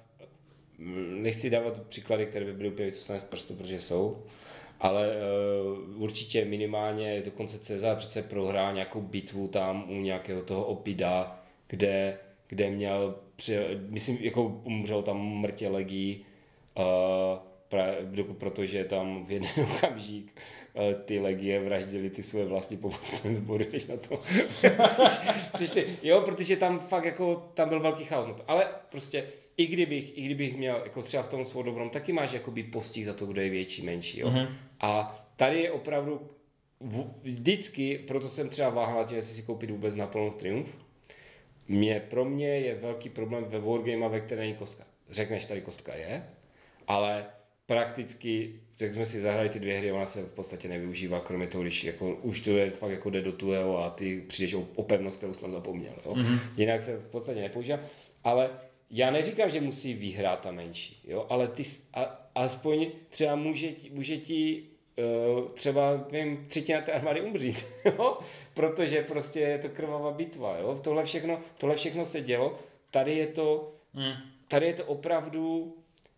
nechci dávat příklady, které by byly úplně vycusané z prstu, protože jsou, ale uh, určitě minimálně dokonce Cezar přece prohrál nějakou bitvu tam u nějakého toho Opida, kde, kde měl, při, myslím, jako umřel tam mrtě legí, uh, pra, protože tam v jeden okamžik ty legie vraždili ty svoje vlastní pomocné sbory, než na to přišli. Jo, protože tam fakt jako, tam byl velký chaos na to. Ale prostě i kdybych, i kdybych měl, jako třeba v tom Sword of Rome, taky máš jakoby postih za to, kdo je větší, menší, jo. Mm-hmm. A tady je opravdu vždycky, proto jsem třeba váhal tím, jestli si koupit vůbec Napoleon Triumph. Mě, pro mě je velký problém ve wargame, ve které není kostka. Řekneš, tady kostka je, ale prakticky, jak jsme si zahrali ty dvě hry, ona se v podstatě nevyužívá, kromě toho, když jako, už to je fakt jako jde do tuého a ty přijdeš o, o pevnost, kterou jsem zapomněl. Jo? Mm-hmm. Jinak se v podstatě nepoužívá, ale já neříkám, že musí vyhrát ta menší, jo? Ale ty, a, alespoň třeba může, může ti uh, třeba nevím, třetina té armády umřít, jo? Protože prostě je to krvavá bitva. Jo? Tohle, všechno, tohle všechno se dělo, tady je to, mm. tady je to opravdu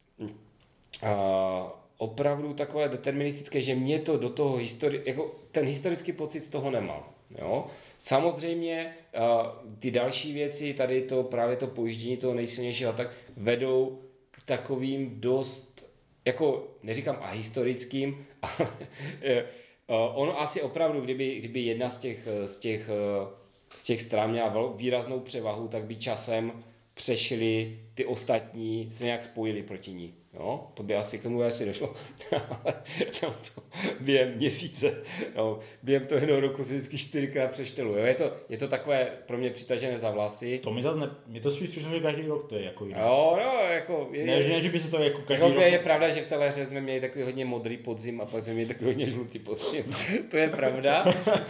Uh, opravdu takové deterministické, že mě to do toho histori- jako ten historický pocit z toho nemám. Jo? Samozřejmě uh, ty další věci, tady to právě to pojíždění toho nejsilnějšího, tak vedou k takovým dost, jako neříkám ahistorickým, ale uh, ono asi opravdu, kdyby, kdyby jedna z těch, z těch, uh, z těch stran měla výraznou převahu, tak by časem přešli ty ostatní, se nějak spojili proti ní. Jo? To by asi k tomu asi došlo. No to během měsíce, no, během toho jednoho roku se vždycky čtyřikrát přeštelu. Jo? Je, to, je to takové pro mě přitažené za vlasy. To mi zase ne, mě to spíš přišlo, že každý rok to je jako jiné. Jo, no, jako... Je, ne, že, ne, že by se to jako každý jako rok... Je pravda, že v téhle hře jsme měli takový hodně modrý podzim a pak jsme měli takový hodně žlutý podzim. To je pravda.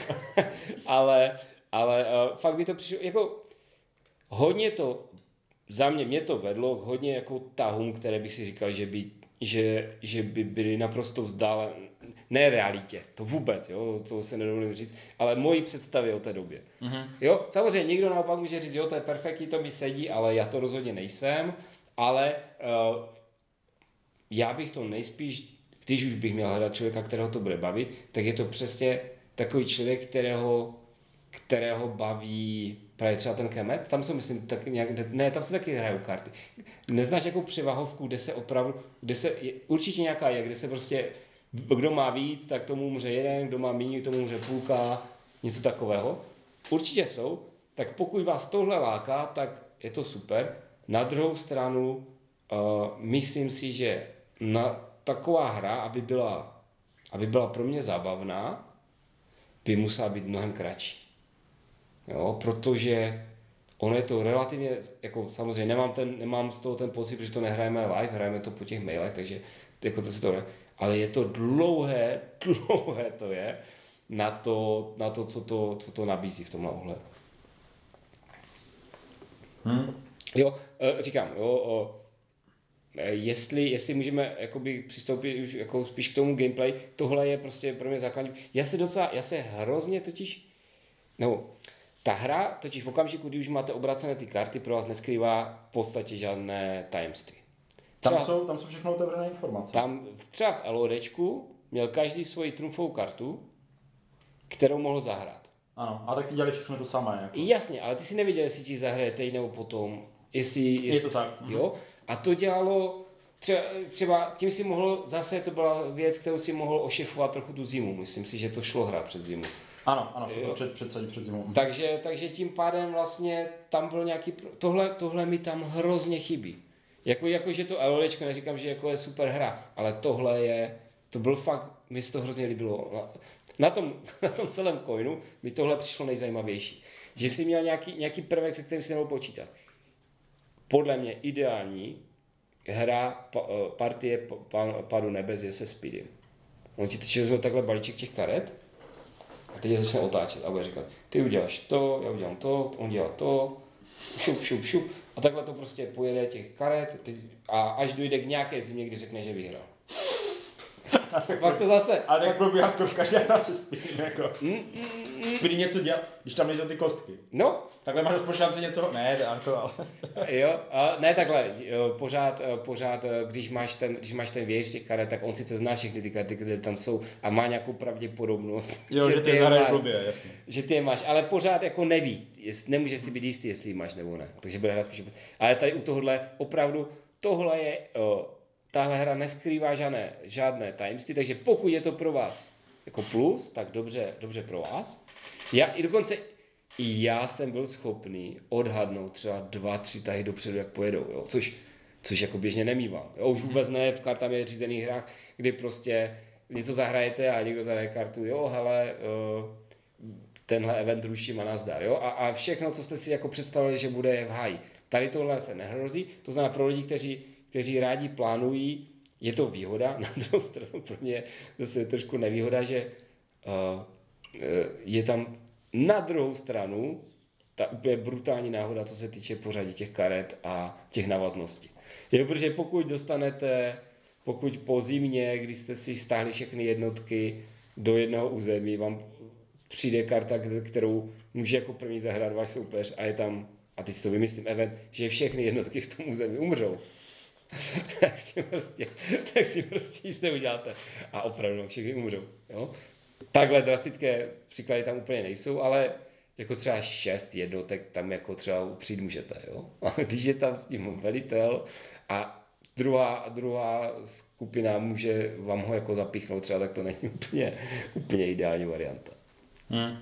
ale ale uh, fakt by to přišlo... Jako, hodně to... Za mě, mě to vedlo k hodně jako tahům, které bych si říkal, že by, že, že by byly naprosto vzdálené, ne realitě, to vůbec, jo, to se nedovolím říct, ale mojí představě o té době. Mm-hmm. Jo, samozřejmě někdo naopak může říct, jo, to je perfektní, to mi sedí, ale já to rozhodně nejsem, ale uh, já bych to nejspíš, když už bych měl hledat člověka, kterého to bude bavit, tak je to přesně takový člověk, kterého, kterého baví právě třeba ten Kemet, tam jsou myslím tak nějak, ne, tam se taky hrajou karty. Neznáš jakou převahovku, kde se opravdu, kde se, je, určitě nějaká je, kde se prostě, kdo má víc, tak tomu umře jeden, kdo má méně, tomu umře půlka, něco takového. Určitě jsou, tak pokud vás tohle láká, tak je to super. Na druhou stranu, uh, myslím si, že na taková hra, aby byla, aby byla pro mě zábavná, by musela být mnohem kratší. Jo, protože ono je to relativně, jako samozřejmě nemám, ten, nemám z toho ten pocit, protože to nehrajeme live, hrajeme to po těch mailech, takže jako to se to ne, ale je to dlouhé, dlouhé to je na to, na to, co to, co to nabízí v tomhle ohledu. Hmm. Jo, říkám, jo, jestli, jestli můžeme jakoby přistoupit už jako spíš k tomu gameplay, tohle je prostě pro mě základní. Já se docela, já se hrozně totiž, no, ta hra totiž v okamžiku, kdy už máte obracené ty karty, pro vás neskrývá v podstatě žádné tajemství. Třeba, tam, jsou, tam jsou všechno otevřené informace. Tam třeba v LODčku měl každý svoji trumfovou kartu, kterou mohl zahrát. Ano, a tak ti dělali všechno to samé. Jako. Jasně, ale ty si nevěděl, jestli ti zahraje teď nebo potom. Jestli, jestli, je to tak. Jo? A to dělalo, třeba, třeba tím si mohl, zase to byla věc, kterou si mohl ošefovat trochu tu zimu. Myslím si, že to šlo hrát před zimu. Ano, ano, to před, před, před zimou. Takže, takže tím pádem vlastně tam byl nějaký, tohle, tohle mi tam hrozně chybí. Jako, jako že to LODčko, neříkám, že jako je super hra, ale tohle je, to byl fakt, mi se to hrozně líbilo. Na, na, tom, na tom celém coinu mi tohle přišlo nejzajímavější. Že jsi měl nějaký, nějaký prvek, se kterým si nemohl počítat. Podle mě ideální hra pa, partie Padu nebes je se Speedem. On ti teď vezme takhle balíček těch karet a teď je začne otáčet a bude říkat, ty uděláš to, já udělám to, on dělá to, šup, šup, šup. A takhle to prostě pojede těch karet a až dojde k nějaké zimě, kdy řekne, že vyhrál. A pak to zase... Ale tak probíhá skoro každá hra se Speedem, jako. Mm, mm, mm. Speedy něco dělá, když tam nejsou ty kostky. No. Takhle máš aspoň šanci něco... Ne, jako, ale... Jo, a ne takhle, jo, pořád, pořád, když máš ten, když máš ten vějíř těch karet, tak on sice zná všechny ty karty, které tam jsou a má nějakou pravděpodobnost. Jo, že, že ty je zahraješ blbě, jasně. Že ty je máš, ale pořád jako neví, jest, nemůže si být jistý, jestli ji máš nebo ne, takže bude hrát spíš. Ale tady u tohohle opravdu, tohle je, o, tahle hra neskrývá žádné, žádné tajemství, takže pokud je to pro vás jako plus, tak dobře, dobře pro vás. Já i dokonce i já jsem byl schopný odhadnout třeba dva, tři tahy dopředu, jak pojedou, jo? Což což jako běžně nemývám. Jo, už vůbec ne v kartami řízených hrách, kdy prostě něco zahrajete a někdo zahraje kartu, jo, hele, tenhle event ruším a nazdar, jo, a, a všechno, co jste si jako představili, že bude, je v háji. Tady tohle se nehrozí, to znamená pro lidi, kteří, kteří rádi plánují, je to výhoda, na druhou stranu pro mě zase je trošku nevýhoda, že uh, je tam na druhou stranu ta úplně brutální náhoda, co se týče pořadí těch karet a těch navazností. Jo, protože pokud dostanete, pokud po zimě, když jste si stáhli všechny jednotky do jednoho území, vám přijde karta, kterou může jako první zahrát váš soupeř a je tam, a teď si to vymyslím, event, že všechny jednotky v tom území umřou. tak si prostě, tak si prostě nic neuděláte. A opravdu všechny umřou. Jo? Takhle drastické příklady tam úplně nejsou, ale jako třeba šest jednotek tam jako třeba upřít můžete. Jo? A když je tam s tím velitel a druhá, druhá skupina může vám ho jako zapíchnout třeba, tak to není úplně, úplně ideální varianta. Hmm.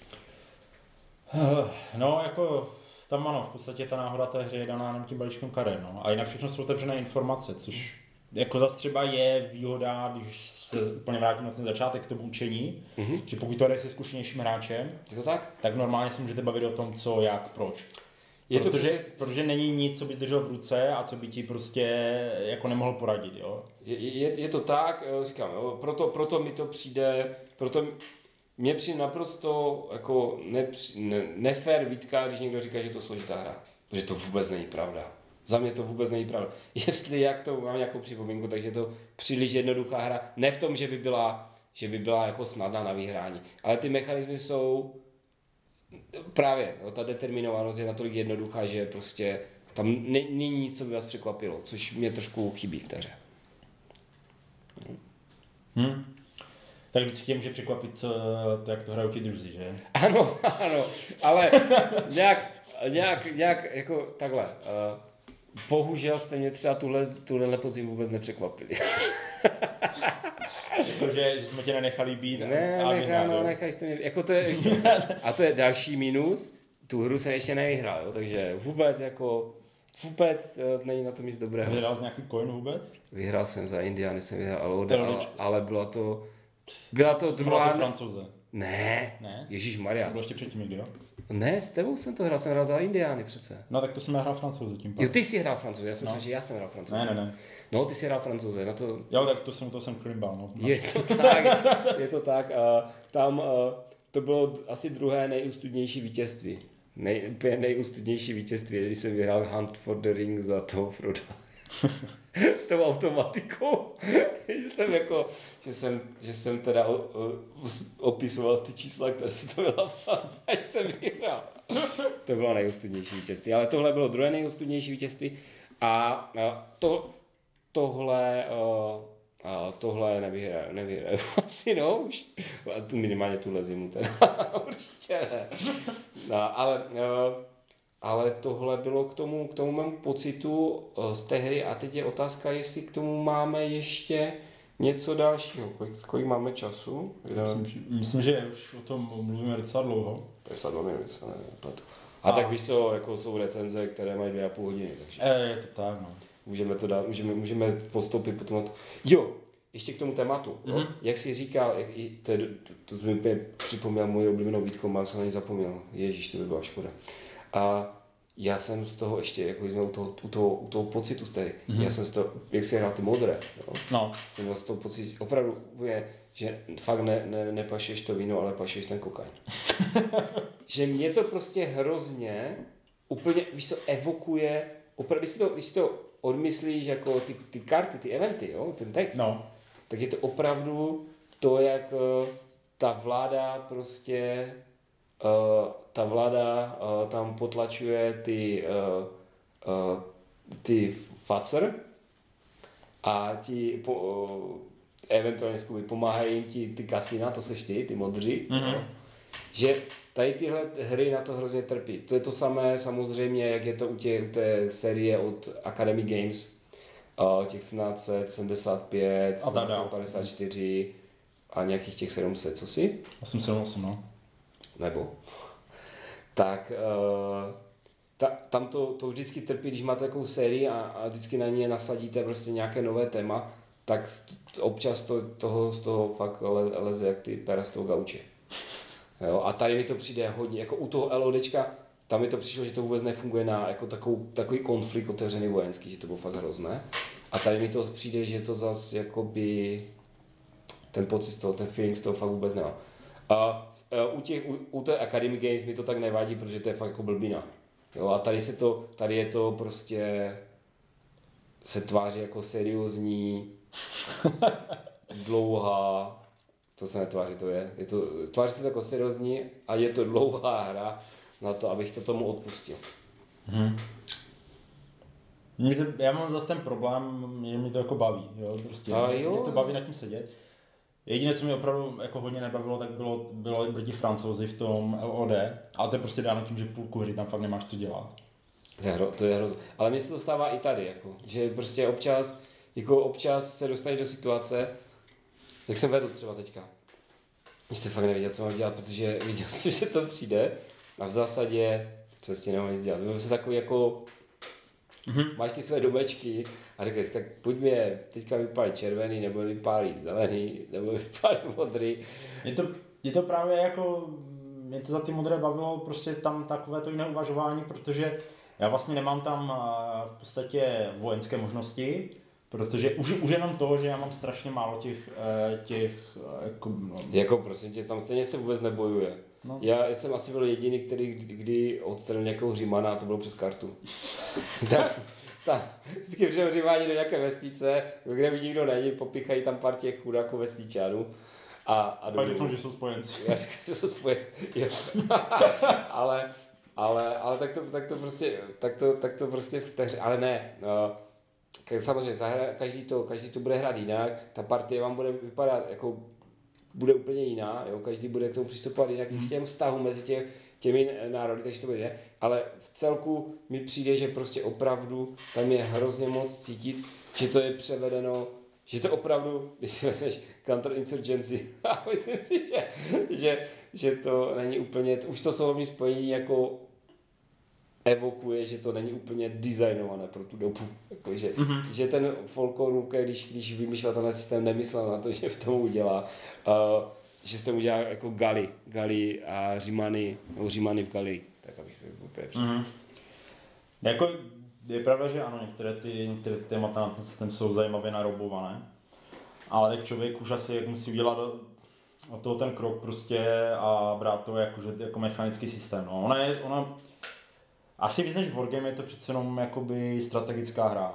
No, jako tam ano, v podstatě ta náhoda té hry je daná jenom tím balíčkem karet, no. A jinak všechno jsou otevřené informace, což jako zase třeba je výhoda, když se úplně vrátím na ten začátek k tomu učení, mm-hmm. že pokud to jdeš se zkušenějším hráčem, je to tak? tak normálně se můžete bavit o tom, co, jak, proč. Je protože, to přesně... protože není nic, co bys držel v ruce a co by ti prostě jako nemohl poradit, jo. Je, je, je to tak, říkám, jo, proto, proto mi to přijde, proto mně přijde naprosto jako nepři, ne, nefér výtka, když někdo říká, že to je složitá hra. Protože to vůbec není pravda. Za mě to vůbec není pravda. Jestli jak to mám nějakou připomínku, takže je to příliš jednoduchá hra. Ne v tom, že by byla, že by byla jako snadná na vyhrání. Ale ty mechanismy jsou právě, jo, ta determinovanost je natolik jednoduchá, že prostě tam není nic, co by vás překvapilo. Což mě trošku chybí v té hře. Hmm. Tak vždycky tě může překvapit to, jak to hrajou ti druzí, že? Ano, ano, ale nějak, nějak, nějak jako takhle. Uh, bohužel jste mě třeba tuhle, tuhle podzim vůbec nepřekvapili. jako, že, že jsme tě nenechali být ne, a nechá, no, nechali jste mě, jako to je ještě, a to je další mínus, tu hru jsem ještě nevyhrál, jo, takže vůbec jako, vůbec uh, není na tom nic dobrého. Vyhrál jsi nějaký coin vůbec? Vyhrál jsem za Indiány, jsem vyhrál Alode, ale, ale byla to, byla to druhá... Francouze. Ne, ne? Ježišmarja. To bylo ještě předtím někdy, jo? Ne, s tebou jsem to hrál, jsem hrál za Indiány přece. No tak to jsem hrál Francouze tím pádem. Jo, ty jsi hrál Francouze, já jsem no. myslel, že já jsem hrál Francouze. Ne, ne, ne. No, ty jsi hrál Francouze, na to... Jo, tak to jsem, to jsem klimbal, no. Je to tak, je to tak. A tam a, to bylo asi druhé nejústudnější vítězství. Nej, úplně nejústudnější vítězství, když jsem vyhrál Hunt for the Ring za toho Froda. S tou automatikou, že jsem jako, že jsem, že jsem teda o, o, opisoval ty čísla, které se to bylo psat, až jsem vyhrál. To bylo nejústudnější vítězství, ale tohle bylo druhé nejústudnější vítězství a, a to, tohle, a, a tohle nevyhraju, nevyhraju asi no už, a tu minimálně tuhle zimu teda, určitě ne. No, ale a, Ale tohle bylo k tomu, k tomu mému pocitu z té hry a teď je otázka, jestli k tomu máme ještě něco dalšího. Kolik, kolik máme času? Myslím, že, myslím, že už o tom mluvíme docela dlouho. padesát dva minut, se nepletu. A, a tak víš co, jako jsou recenze, které mají dvě a půl hodiny. Takže e, je to tak, no. Můžeme to dát, můžeme, můžeme postoupit po tomhle. Jo, ještě k tomu tématu. Mm-hmm. Jak jsi říkal, jak, to, to, to, to mi úplně připomněl moji oblíbenou výtku, mám se na ní zapomněl. Ježíš, to by byla škoda. A já jsem z toho ještě, jako jsme u toho, u toho, u toho pocitu z té, mm-hmm. já jsem z toho, jak si hrál ty modré, jo? No. Jsem měl z toho pocit, opravdu, je, že fakt ne, ne, nepašuješ to víno, ale pašuješ ten kokain. Že mě to prostě hrozně, úplně, víš co, evokuje, opravdu, když si to, když si to odmyslíš jako ty, ty karty, ty eventy, jo? Ten text, no. Tak je to opravdu to, jak uh, ta vláda prostě Uh, ta vláda uh, tam potlačuje ty, uh, uh, ty facer a ti po, uh, eventuálně skuby pomáhají jim ti, ty kasina, to seš ty, ty modří, mm-hmm. Že tady tyhle hry na to hrozně trpí. To je to samé samozřejmě, jak je to u, tě, u té série od Academy Games, uh, těch sedmnáct set sedmdesát pět, sedmnáct set padesát čtyři a nějakých těch sedm set, co si? osm set osm, no. Nebo. Tak, uh, ta, tam to, to vždycky trpí, když máte takovou sérii a, a vždycky na ně nasadíte prostě nějaké nové téma, tak občas to, toho, z toho fakt le, leze jak ty pera z toho gauče. Jo, a tady mi to přijde hodně, jako u toho LODčka, tam mi to přišlo, že to vůbec nefunguje na jako takovou, takový konflikt otevřený vojenský, že to bylo fakt hrozné. A tady mi to přijde, že to zase jakoby ten pocit z toho, ten feeling z toho fakt vůbec nemá. A u, těch, u, u té Academy Games mi to tak nevadí, protože to je fakt jako blbina. Jo, a tady se to, tady je to prostě se tváří jako seriózní, dlouhá, to se netváří, to je, je to, tváří se to jako seriózní a je to dlouhá hra na to, abych to tomu odpustil. Hmm. Já mám zase ten problém, že mi to jako baví, jo, prostě, a jo. mě to baví nad tím sedět. Jediné, co mě opravdu jako hodně nebavilo, tak bylo, bylo proti Francouzi v tom L O D, ale to je prostě dáno tím, že půlku hry tam fakt nemáš co dělat. To je, hro, to je hrozné. Ale mně se to stává i tady, jako, že prostě občas, jako občas se dostaneš do situace, jak jsem vedl třeba teďka. Když jsem fakt nevěděl, co mám dělat, protože viděl jsem, že to přijde a v zásadě, co s tím nemohl nic dělat. Bylo to takový jako, mm-hmm. máš ty své domečky a řekl jsi, tak pojďme teďka vypálit červený, nebo vypálit zelený, nebo vypálit modrý. Je to, je to právě jako, mě to za ty modré bavilo, prostě tam takové to jiné uvažování, protože já vlastně nemám tam v podstatě vojenské možnosti, protože už, už jenom to, že já mám strašně málo těch, těch jako... No. Jako prosím tě, tam stejně se vůbec nebojuje. No. Já jsem asi byl jediný, který kdy odstranil nějakou Římana a to bylo přes kartu. tak, tak, vždycky přijde Římáni do nějaké vesnice, kde už nikdo není, popichají tam pár těch chudáků vesničanů. A, a pak řeknou, že jsou spojenci. Já řeknu, že jsou spojenci, ale, ale, ale tak to, tak to prostě, tak to, tak to prostě, takže, ale ne. Uh, samozřejmě, zahra, každý, to, každý to bude hrát jinak, ta partie vám bude vypadat jako, bude úplně jiná, jo? Každý bude k tomu přistupovat jinak, hmm. i s těm vztahům mezi tě, těmi národy, takže to bude, ale v celku mi přijde, že prostě opravdu tam je hrozně moc cítit, že to je převedeno, že to opravdu, když si vezmeš counterinsurgency, a myslím si, že, že, že to není úplně, už to slovní spojení jako evokuje, že to není úplně designované pro tu dobu. Jako, že, mm-hmm. že ten Folko Ruke, když, když vymýšlel tenhle systém, nemyslel na to, že v tom udělá, uh, že se tam udělá jako Gali, Gali a Římany, nebo Římany v Gali, tak abych to úplně přesně. Mm-hmm. Jako je pravda, že ano, některé ty, některé ty témata na ten systém jsou zajímavě narobované, ale tak člověk už asi jak musí udělat od toho ten krok prostě a brát to jako, že, jako mechanický systém. No. Ona je, ona, asi víc než Wargame je to přece jenom jakoby strategická hra.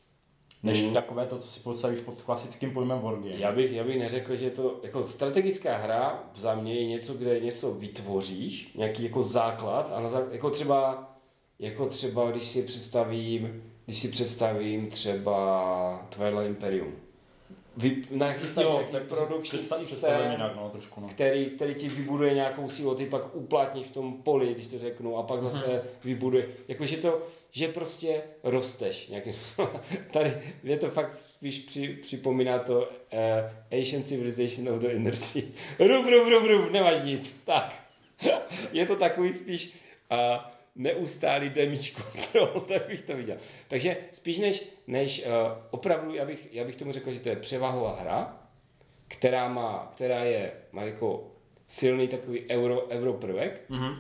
Než mm. takové to, co si postavíš pod klasickým pojmem Wargame. Já bych, já bych neřekl, že je to jako strategická hra za mě je něco, kde něco vytvoříš, nějaký jako základ a na zá, jako třeba jako třeba když si představím, když si představím třeba Twilight Imperium. Vy nachystáš nějaký produkční systém, jinak, no, trošku, no. který, který ti vybuduje nějakou sílu, ty pak uplatníš v tom poli, když to řeknu, a pak zase hmm. vybuduje. Jakože to, že prostě rosteš nějakým způsobem. Tady mě to fakt spíš při, připomíná to uh, Asian Civilization of the Inner Sea. Rub, rub, rub, rub, nemáš nic. Tak. Je to takový spíš uh, neustálý damage control, tak bych to viděl. Takže spíš než, než uh, opravdu, já bych, já bych tomu řekl, že to je převahová hra, která má, která je, má jako silný takový euro, euro prvek, mm-hmm.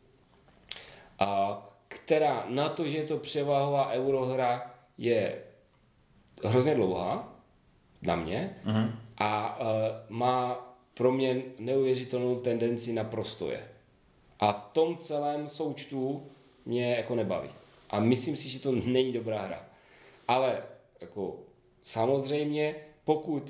a která na to, že je to převahová eurohra, je hrozně dlouhá, na mě, mm-hmm. a uh, má pro mě neuvěřitelnou tendenci na prostoje. A v tom celém součtu mě jako nebaví. A myslím si, že to není dobrá hra. Ale jako samozřejmě, pokud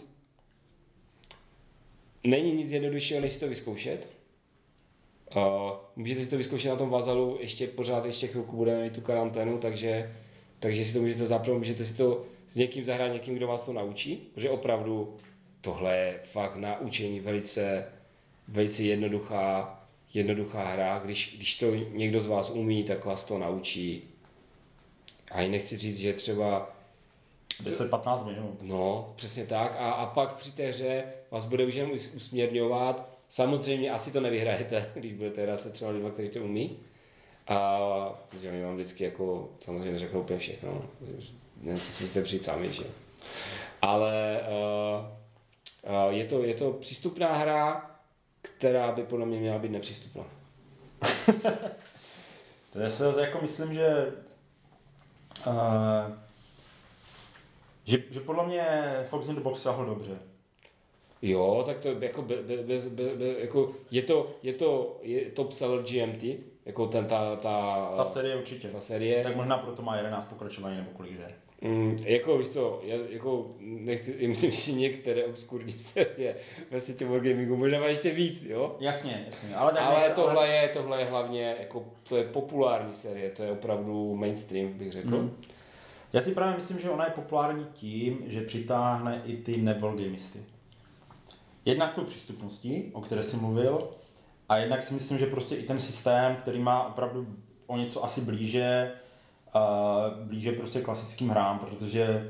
není nic jednoduššího, než si to vyzkoušet, uh, můžete si to vyzkoušet na tom Vazalu, ještě pořád, ještě chvilku budeme mít tu karanténu, takže, takže si to můžete zapnout, můžete si to s někým zahrát, někým, kdo vás to naučí, protože opravdu tohle je fakt na učení velice, velice jednoduchá jednoduchá hra, když, když to někdo z vás umí, tak vás to naučí. A i nechci říct, že třeba deset patnáct minut. No, přesně tak. A, a pak při té hře vás bude už jenom usměrňovat. Samozřejmě asi to nevyhrajete, když budete hrát se třeba lidma, kteří to umí. A že mi vám vždycky jako samozřejmě neřeknou úplně všechno. Nevím, co si myslíte přijít sami, že? Ale uh, uh, je, to, je to přístupná hra, která by podle mě měla být nepřístupná. To já se zase jako myslím, že, uh, že že podle mě Fox in the Box sáhl dobře. Jo, tak to jako, be, be, be, be, be, jako je to, je to je top seller G M T, jako ten, ta, ta, Ta série určitě. Ta série. Tak možná proto má jedenáct pokračování nebo kolik že? Mm, jako víš co, já, jako nechci, myslím, že některé obskurní série ve světě Wargamingu možná má ještě víc, jo? Jasně, jasně. Ale, tak ale nejsem, tohle, ale... Je, tohle je hlavně, jako, to je populární série, to je opravdu mainstream, bych řekl. Mm. Já si právě myslím, že ona je populární tím, že přitáhne i ty newargamisty. Jednak tou přístupností, o které jsi mluvil, a jednak si myslím, že prostě i ten systém, který má opravdu o něco asi blíže, uh, blíže prostě klasickým hrám, protože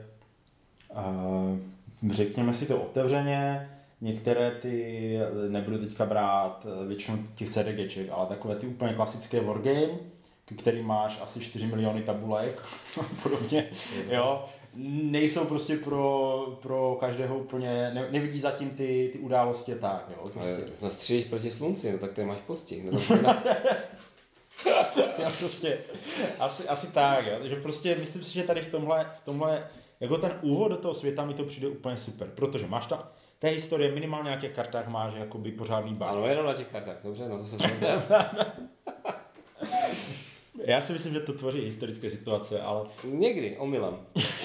uh, řekněme si to otevřeně, některé ty, nebudu teďka brát většinou těch CDGček, ale takové ty úplně klasické wargame, který máš asi čtyři miliony tabulek a podobně, jo, nejsou prostě pro, pro každého úplně, ne, nevidí zatím ty, ty události tak, jo. Prostě. Nastřílíš proti slunci, no tak tady máš postih. No, Já prostě, asi, asi tak, jo. Takže prostě myslím si, že tady v tomhle, v tomhle, jako ten úvod do toho světa mi to přijde úplně super, protože máš ta, té historie minimálně na těch kartách máš jakoby pořádný bar. Ano, jenom na těch kartách, dobře, na to se shodneme. Já si myslím, že to tvoří historické situace, ale... Někdy, omylem.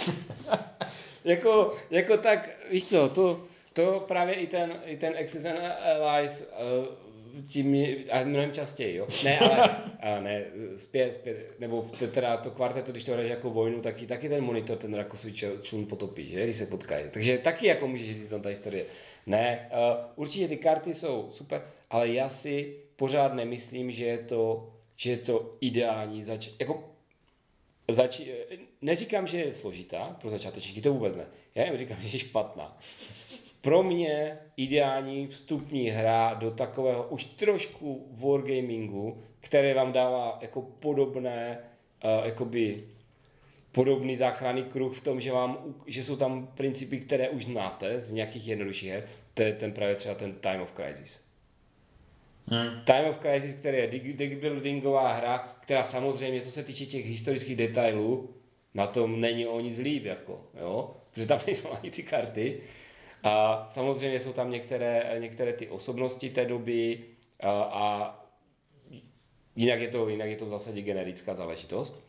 jako, jako tak, víš co, to, to právě i ten, i ten Axis and Allies uh, tím, a mnohem častěji, jo. Ne, ale, a ne, zpět, zpět, nebo teda to kvarteto, když to hraješ jako vojnu, tak ti taky ten monitor, ten rakosový člun potopí, že, když se potkají. Takže taky jako můžeš říct tam ta historie. Ne, uh, určitě ty karty jsou super, ale já si pořád nemyslím, že je to že je to ideální zač... Jako zač... Neříkám, že je složitá pro začátečníky, to vůbec ne. Já jen říkám, že je špatná. Pro mě ideální vstupní hra do takového už trošku wargamingu, které vám dává jako podobné, uh, jakoby podobný záchranný kruh v tom, že, vám, že jsou tam principy, které už znáte z nějakých jednodušších her. To je ten právě třeba ten Time of Crisis. Hmm. Time of Crisis, který je deckbuildingová hra, která samozřejmě, co se týče těch historických detailů, na tom není o nic líp, jako, jo? Protože tam nejsou ani ty karty. A samozřejmě jsou tam některé, některé ty osobnosti té doby a, a jinak, je to, jinak je to v zásadě generická záležitost.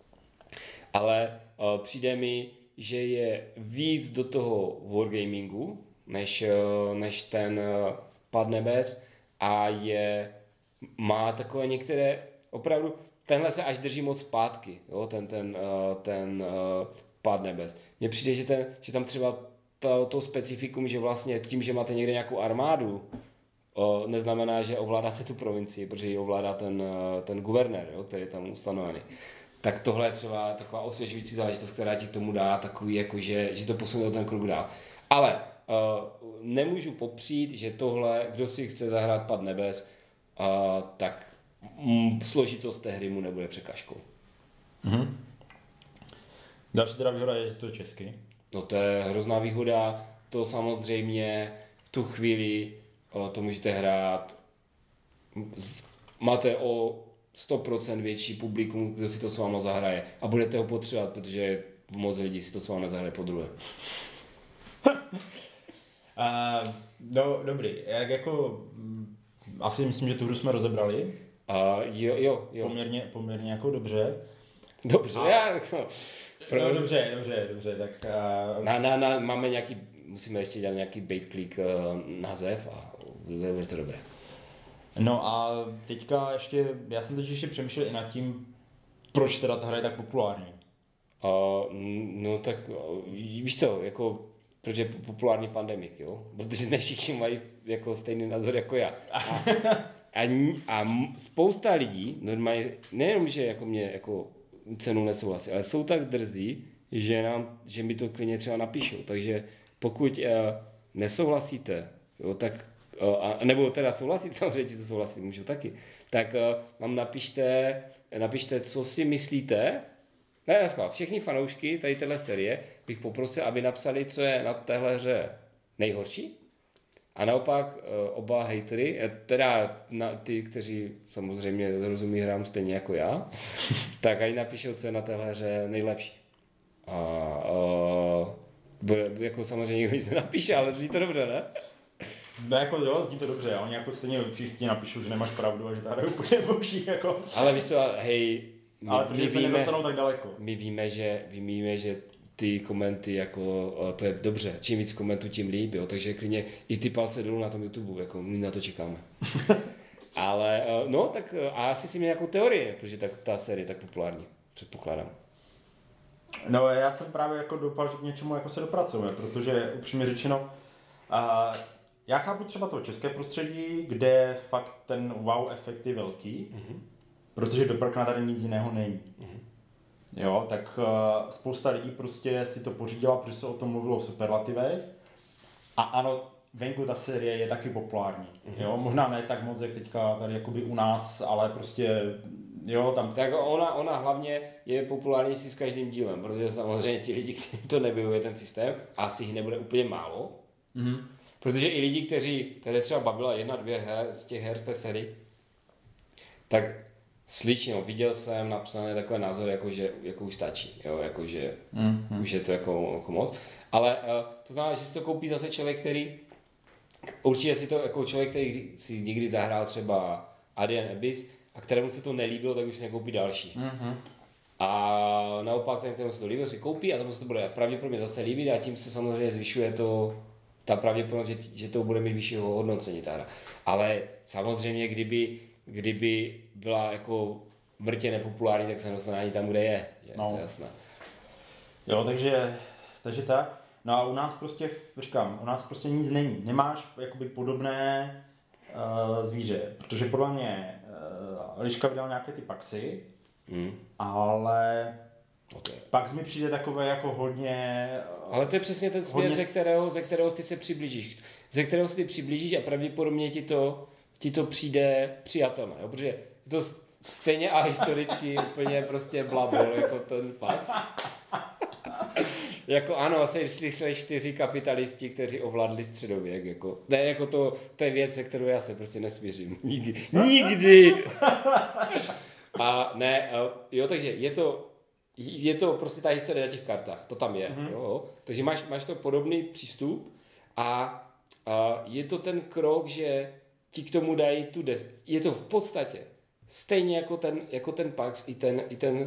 Ale a, přijde mi, že je víc do toho wargamingu, než, než ten Pad nebes, a je, má takové některé, opravdu, tenhle se až drží moc zpátky, jo, ten, ten, uh, ten uh, Pád nebes. Mně přijde, že, ten, že tam třeba to, to specifikum, že vlastně tím, že máte někde nějakou armádu, uh, neznamená, že ovládáte tu provincii, protože ji ovládá ten, uh, ten guvernér, jo, který je tam ustanovený. Tak tohle je třeba taková osvěžující záležitost, která ti k tomu dá takový, jako že, že to posune ten krok dál. Ale Uh, nemůžu popřít, že tohle, kdo si chce zahrát Pad nebes, uh, tak mm, složitost té hry mu nebude překážkou. Mm-hmm. Další teda výhoda je, že to je česky. No to je hrozná výhoda, to samozřejmě v tu chvíli uh, to můžete hrát, z, máte o sto procent větší publikum, kdo si to s váma zahraje a budete ho potřebovat, protože moc lidí si to s váma zahraje po druhé. Uh, no, dobrý, jak jako, m, asi myslím, že tu hru jsme rozebrali. Uh, jo, jo, jo. Poměrně, poměrně jako dobře. Dobře, a... já... No, no, dobře, dobře, dobře, tak... Uh... Na, na, na, máme nějaký, musíme ještě dělat nějaký bait click uh, název a bude to dobré. No a teďka ještě, já jsem teď ještě přemýšlel i nad tím, proč teda ta hra je tak populární. Uh, no tak, uh, víš co, jako... Protože je populární pandemik, jo? Protože ne všichni mají jako stejný názor jako já. A, a, a spousta lidí, normálně, nejenom, že jako mě jako cenu nesouhlasí, ale jsou tak drzí, že, nám, že mi to klidně třeba napíšou. Takže pokud uh, nesouhlasíte, jo, tak a, nebo teda souhlasit, samozřejmě ti, co souhlasit, můžu taky, tak vám napište, napište, co si myslíte. Ne, neschvál, všechny fanoušky tady téhle série bych poprosil, aby napsali, co je na téhle hře nejhorší. A naopak oba hejtery, teda na ty, kteří samozřejmě rozumí hrám stejně jako já, tak ať napíšou, co je na téhle hře nejlepší. A, a jako samozřejmě nikdo nic nenapíše, ale zní to dobře, ne? No jako jo, zní to dobře, a oni jako stejně všichni napíšou, že nemáš pravdu a že ta hra je úplně boží, jako. Ale víš co, hej, my, ale protože se nedostanou tak daleko. My víme, že, my víme, že ty komenty, jako, to je dobře, čím víc komentů, tím líp, jo, takže klidně i ty palce dolů na tom YouTube, jako my na to čekáme. Ale, no, tak a asi si měl nějakou teorii, protože tak, ta série je tak populární, předpokládám. No, já jsem právě jako doufal, že k něčemu jako se dopracujeme, protože upřímně řečeno, uh, já chápu třeba to české prostředí, kde fakt ten wow efekt je velký, mm-hmm. protože do prkna tady nic jiného není. Mm-hmm. Jo, tak uh, spousta lidí prostě si to pořídila, protože se o tom mluvilo v superlativech. A ano, venku ta série je taky populární. Mm-hmm. Jo, možná ne tak moc, jak teďka tady jakoby u nás, ale prostě jo, tam... Tak ona, ona hlavně je populární si s každým dílem, protože samozřejmě ti lidi, kteří to nevyhovuje ten systém, asi jich nebude úplně málo. Mm-hmm. Protože i lidi, kteří, které třeba bavila jedna, dvě her z těch her z té série, tak slyším, viděl jsem napsané takové názory, jako že jako už stačí, jo, jako že mm-hmm. už je to jako, jako moc. Ale uh, to znamená, že si to koupí zase člověk, který, určitě si to jako člověk, který si někdy zahrál třeba Arden Abyss a kterému se to nelíbilo, tak už si nekoupí další. Mm-hmm. A naopak ten, kterému se to líbilo, si koupí a tomu se to bude pravděpodobně zase líbit a tím se samozřejmě zvyšuje to, ta pravděpodobnost, že, že to bude mít vyššího hodnocení ta hra. Ale samozřejmě, kdyby kdyby byla jako mrtě nepopulární, tak se nedostane ani tam, kde je. je no. To je jasné. Jo, takže, takže tak. No a u nás prostě, říkám, u nás prostě nic není. Nemáš jakoby podobné uh, zvíře, protože podle mě uh, Liška vydal nějaké ty paxy, hmm. ale okay. Pax mi přijde takové jako hodně... Uh, ale to je přesně ten směr, hodně... ze, kterého, ze kterého ty se přiblížíš. Ze kterého se ty přiblížíš a pravděpodobně ti to ti to přijde přijatelné, jo? Protože to stejně a historicky úplně prostě blabol, jako ten Pax. Jako ano, sešli se čtyři kapitalisti, kteří ovládli středověk, jako. Ne, jako to, to je věc, se kterou já se prostě nesmířím. Nikdy. Nikdy! A ne, jo, takže je to, je to prostě ta historie na těch kartách, to tam je, mm-hmm. jo. Takže máš, máš to podobný přístup a, a je to ten krok, že ti k tomu dají tu des. Je to v podstatě stejně jako ten, jako ten Pax i ten, i ten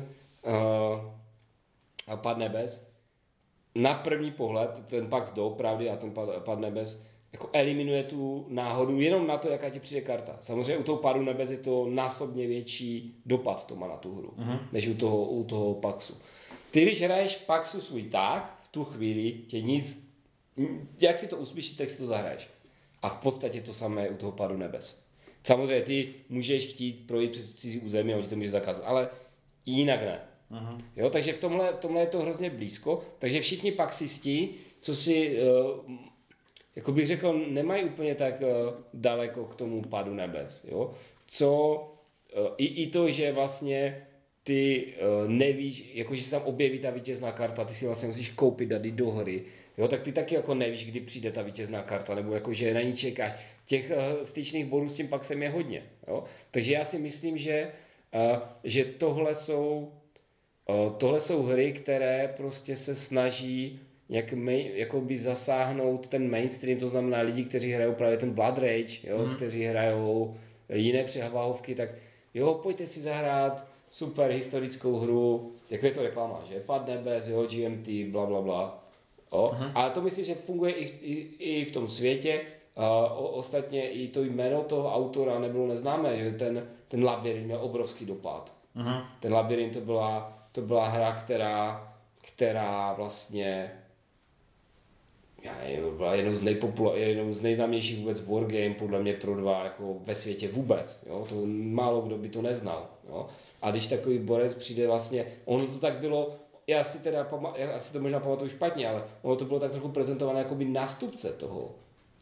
uh, Pad nebes. Na první pohled ten Pax doopravdy a ten Pad, Pad nebes jako eliminuje tu náhodu jenom na to, jaká ti přijde karta. Samozřejmě u toho Padu nebes je to násobně větší dopad to má na tu hru, uh-huh. než u toho, u toho Paxu. Ty, když hraješ Paxu svůj tah, v tu chvíli tě nic, jak si to uslyšíš, tak si to zahraješ. A v podstatě to samé u toho Padu nebes. Samozřejmě ty můžeš chtít projít přes cizí území a ti to může zakázat, ale jinak ne. Uh-huh. Jo, takže v tomhle, v tomhle je to hrozně blízko. Takže všichni paxisti, co si, uh, jako bych řekl, nemají úplně tak uh, daleko k tomu Padu nebes. Jo? Co uh, i, i to, že vlastně ty uh, nevíš, jakože se tam objeví ta vítězná karta, ty si vlastně musíš koupit, dát do hry. Jo, tak ty taky jako nevíš, kdy přijde ta vítězná karta, nebo jako, že na ní čekáš. Těch uh, styčných bodů s tím Paxem je hodně. Jo? Takže já si myslím, že, uh, že tohle jsou, uh, tohle jsou hry, které prostě se snaží jak maj, jakoby zasáhnout ten mainstream, to znamená lidi, kteří hrajou právě ten Blood Rage, jo? Hmm. Kteří hrajou jiné přehlaváhovky, tak jo, pojďte si zahrát super historickou hru, jako je to reklama, že Pad nebes, jo, G M T, bla bla bla. Uh-huh. A to myslím, že funguje i v, i, i v tom světě. Uh, o, ostatně i to jméno toho autora nebylo neznámé, že ten, ten Labyrint měl obrovský dopad. Uh-huh. Ten Labyrint to byla, to byla hra, která, která vlastně já nevím, byla jednou z, nejpopula- jednou z nejznámějších vůbec wargame, podle mě pro dva jako ve světě vůbec. Jo? To málo kdo by to neznal. Jo? A když takový borec přijde vlastně, ono to tak bylo, já si teda, já si to možná pamatuju špatně, ale ono to bylo tak trochu prezentované jako by nástupce toho,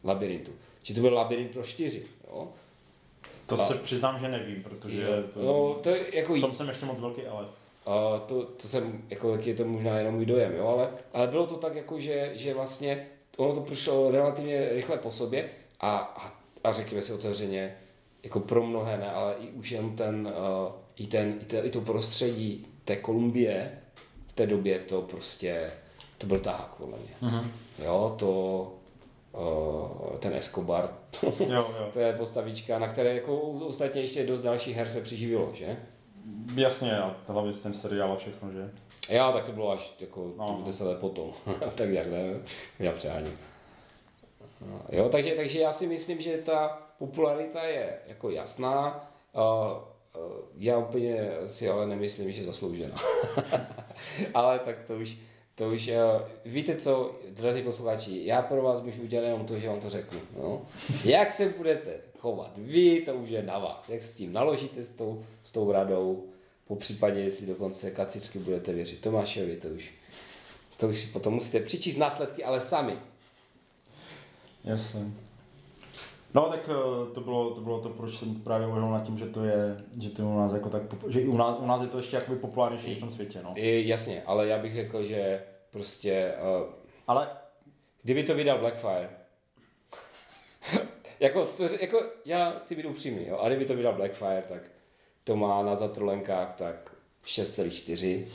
labirintu. Že to byl labirint pro čtyři, jo. To a, se přiznám, že nevím, protože jo, to, no, to je jako v tom jsem ještě moc velký elef. A to, to jsem, jako jak je to možná jenom můj dojem, jo, ale, ale bylo to tak jako, že, že vlastně ono to prošlo relativně rychle po sobě a, a, a řekněme si otevřeně, jako pro mnohé ne, ale i už jen ten, uh, i, ten, i, ten, i to prostředí té Kolumbie v té době to prostě, to byl tahák podle mě. Mm-hmm. Jo, to, uh, ten Escobar, to, jo, jo. To je postavička, na které jako ostatně ještě dost dalších her se přiživilo, že? Jasně, a hlavně ten seriál a všechno, že? Já, tak to bylo až jako no, deset let potom, tak jak ne, já přeháním. Jo, takže, takže já si myslím, že ta popularita je jako jasná, uh, uh, já úplně si ale nemyslím, že je zasloužená. Ale tak to už, to už, uh, víte co, drazí posluchači, já pro vás můžu udělat jenom to, že vám to řeknu. No? Jak se budete chovat vy, to už je na vás, jak s tím naložíte s tou, s tou radou, po případě, jestli dokonce kacicky budete věřit Tomášovi, to už, to už si potom musíte přičíst následky, ale sami. Jasně. No tak to bylo, to bylo to, proč jsem právě uvažoval nad tím, že to je, že to je u nás jako tak, že i u nás, u nás je to ještě jakoby populárnější v tom světě, no. Jasně, ale já bych řekl, že prostě, uh, ale kdyby to vydal Blackfire, jako, to, jako já chci být upřímný, jo, a kdyby to vydal Blackfire, tak to má na zatrolenkách tak šest celá čtyři.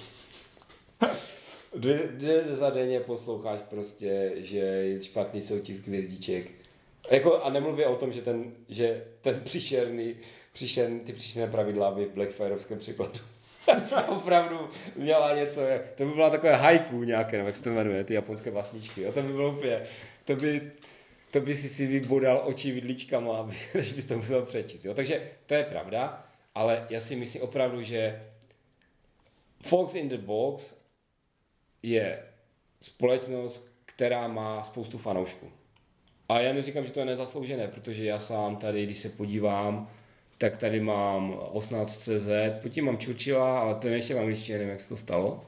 Dvě, dvě za denně posloucháš prostě, že je špatný soutisk hvězdiček. Jako, a nemluvě o tom, že ten, že ten příšerný, příšerný, ty příšerné pravidla by v Blackfireovském překladu opravdu měla něco, to by byla takové haiku nějaké, nebo jak se to jmenuje, ty japonské vlastničky, jo, to by bylo úplně, to by, to by si si vybodal oči vidličkama, aby, než bys to musel přečíst, jo, takže to je pravda, ale já si myslím opravdu, že Fox in the Box je společnost, která má spoustu fanoušků. A já neříkám, že to je nezasloužené, protože já sám tady, když se podívám, tak tady mám osmnáct tečka cé zet, potom mám Churchilla, ale to ještě v angličtině, nevím, jak se to stalo.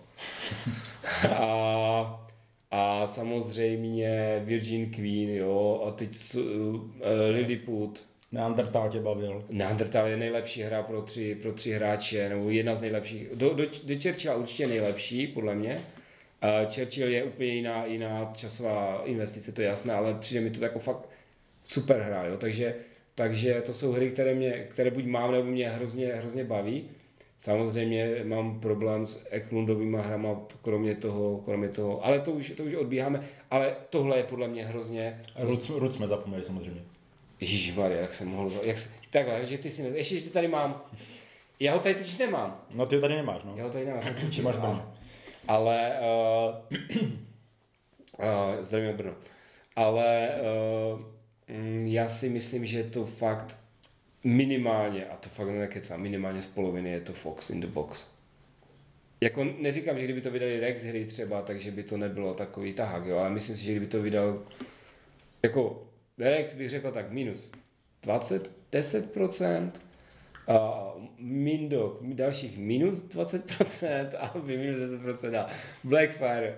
a, a samozřejmě Virgin Queen, jo, a teď uh, Lilliput. Neandertal tě bavil. Neandertal je nejlepší hra pro tři, pro tři hráče, nebo jedna z nejlepších. Do, do, do Churchilla určitě nejlepší, podle mě. Uh, Churchill je úplně jiná, jiná časová investice, to je jasné, ale přijde mi to jako fakt super hra, jo? Takže, takže to jsou hry, které, mě, které buď mám, nebo mě hrozně, hrozně baví. Samozřejmě mám problém s Eklundovými hrama, kromě toho, kromě toho, ale to už, to už odbíháme, ale tohle je podle mě hrozně... Rud, Rud jsme zapomněli samozřejmě. Ježišmarja, jak jsem mohl... Jak se, takhle, že ty si... Ne, ještě, že tady mám. Já ho tady teď nemám. No ty ho tady nemáš, no. Já ho tady nemám, jsem Či máš Brno. Ale... Uh, uh, zdravíme Brno. Ale uh, já si myslím, že to fakt minimálně, a to fakt nekecám, minimálně z poloviny je to Fox in the Box. Jako neříkám, že kdyby to vydali Rex hry třeba, takže by to nebylo takový tahák, jo, ale myslím si, že kdyby to vydal jako Rex bych řekl tak minus dvacet, deset procent, a Mindok dalších minus dvacet procent a vy minus deset procent a Blackfire.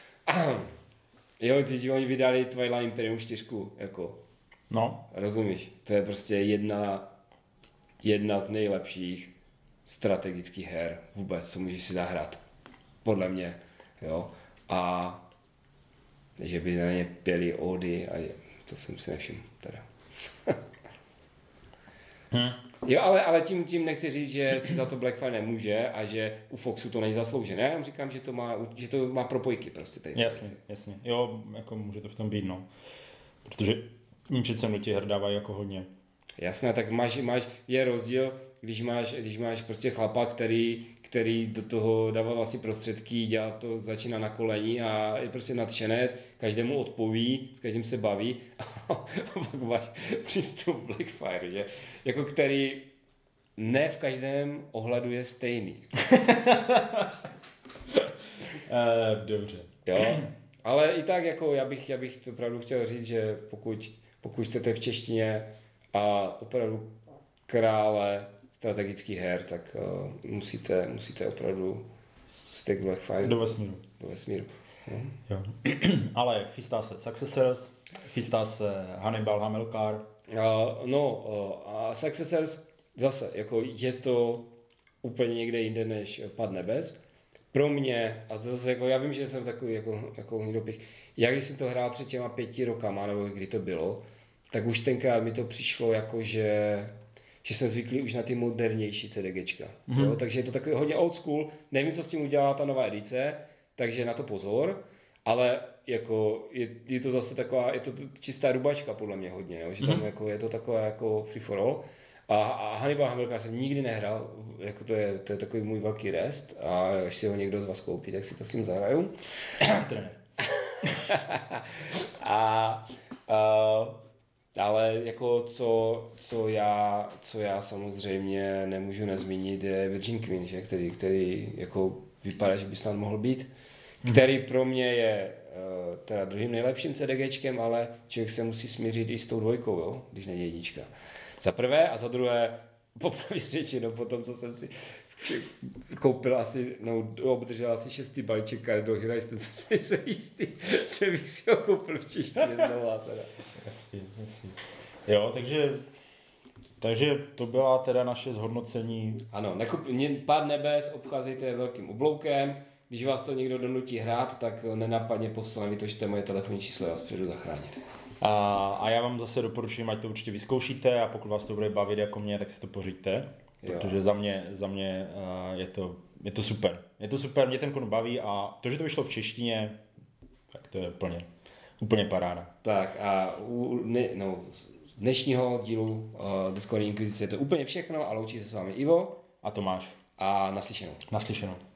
Jo, teď oni vydali Twilight Imperium čtyři, jako. No. Rozumíš? To je prostě jedna, jedna z nejlepších strategických her vůbec, co můžeš si zahrát. Podle mě, jo. A že by na ně pěli ódy a je, to jsem si nevšiml teda. hmm. Jo, ale, ale tím, tím nechci říct, že si za to Blackfire nemůže a že u Foxu to není zasloužené. Já jenom říkám, že to má, že to má propojky prostě. Tady jasně, věci. Jasně. Jo, jako může to v tom být, no. Protože mi přece jenom ti her dávají jako hodně. Jasné, tak máš, máš, je rozdíl, když máš, když máš prostě chlapa, který, který do toho dává vlastně prostředky, dělá to, začíná na koleni a je prostě nadšenec, každému odpoví, s každým se baví a pak máš přístup Blackfire, že? Jako který ne v každém ohledu je stejný. uh, dobře. Jo, ale i tak jako já bych, já bych to opravdu chtěl říct, že pokud, pokud chcete v češtině a opravdu krále strategických her, tak uh, musíte, musíte opravdu Stack Blackfire do vesmíru. Do vesmíru. Hmm. Jo. Ale chystá se Successors, chystá se Hannibal Hamilcar. Uh, no, uh, a Successors zase, jako je to úplně někde jinde než Pad nebes. Pro mě, a to zase jako, já vím, že jsem takový jako, jako hnidopich, já když jsem to hrál před těma pěti rokama, nebo kdy to bylo, tak už tenkrát mi to přišlo jako, že, že jsem zvyklý už na ty modernější CDGčka. Mm-hmm. Jo? Takže je to takový hodně old school, nevím, co s tím udělá ta nová edice, takže na to pozor, ale jako je, je to zase taková, je to čistá rubačka podle mě hodně, jo? Že tam mm-hmm. jako, je to takové jako free for all. A, a Hannibal Hamilcar jsem nikdy nehrál, jako to je, to je takový můj velký rest a až si ho někdo z vás koupí, tak si to s ním zahraju. a, a ale jako co, co, já, co já samozřejmě nemůžu nezmínit je Virgin Queen, že? Který, který jako vypadá, že by snad mohl být, který pro mě je uh, teda druhým nejlepším CDGčkem, ale člověk se musí smířit i s tou dvojkou, jo? Když není jednička. Za prvé a za druhé, popravdě řečeno, po tom, co jsem si koupil asi, no obdržel asi šestý balíček karet do Hero, co jsem jistý, že bych si ho koupil v češtině znova. Teda. Jasně, jasně. Jo, takže, takže to byla teda naše zhodnocení. Ano, nekup, Pad nebes obcházejte velkým obloukem, když vás to někdo donutí hrát, tak nenápadně poslal, vytočte moje telefonní číslo, já vás přijdu zachránit. A, a já vám zase doporučuji, ať to určitě vyzkoušíte a pokud vás to bude bavit jako mě, tak si to pořiďte, jo. Protože za mě, za mě uh, je, to, je to super. Je to super, mě ten kon baví a to, že to vyšlo v češtině, tak to je úplně, úplně paráda. Tak a u ne, no, dnešního dílu uh, Discovery Inquisice je to úplně všechno a loučí se s vámi Ivo a Tomáš. A naslyšenou. Naslyšenou.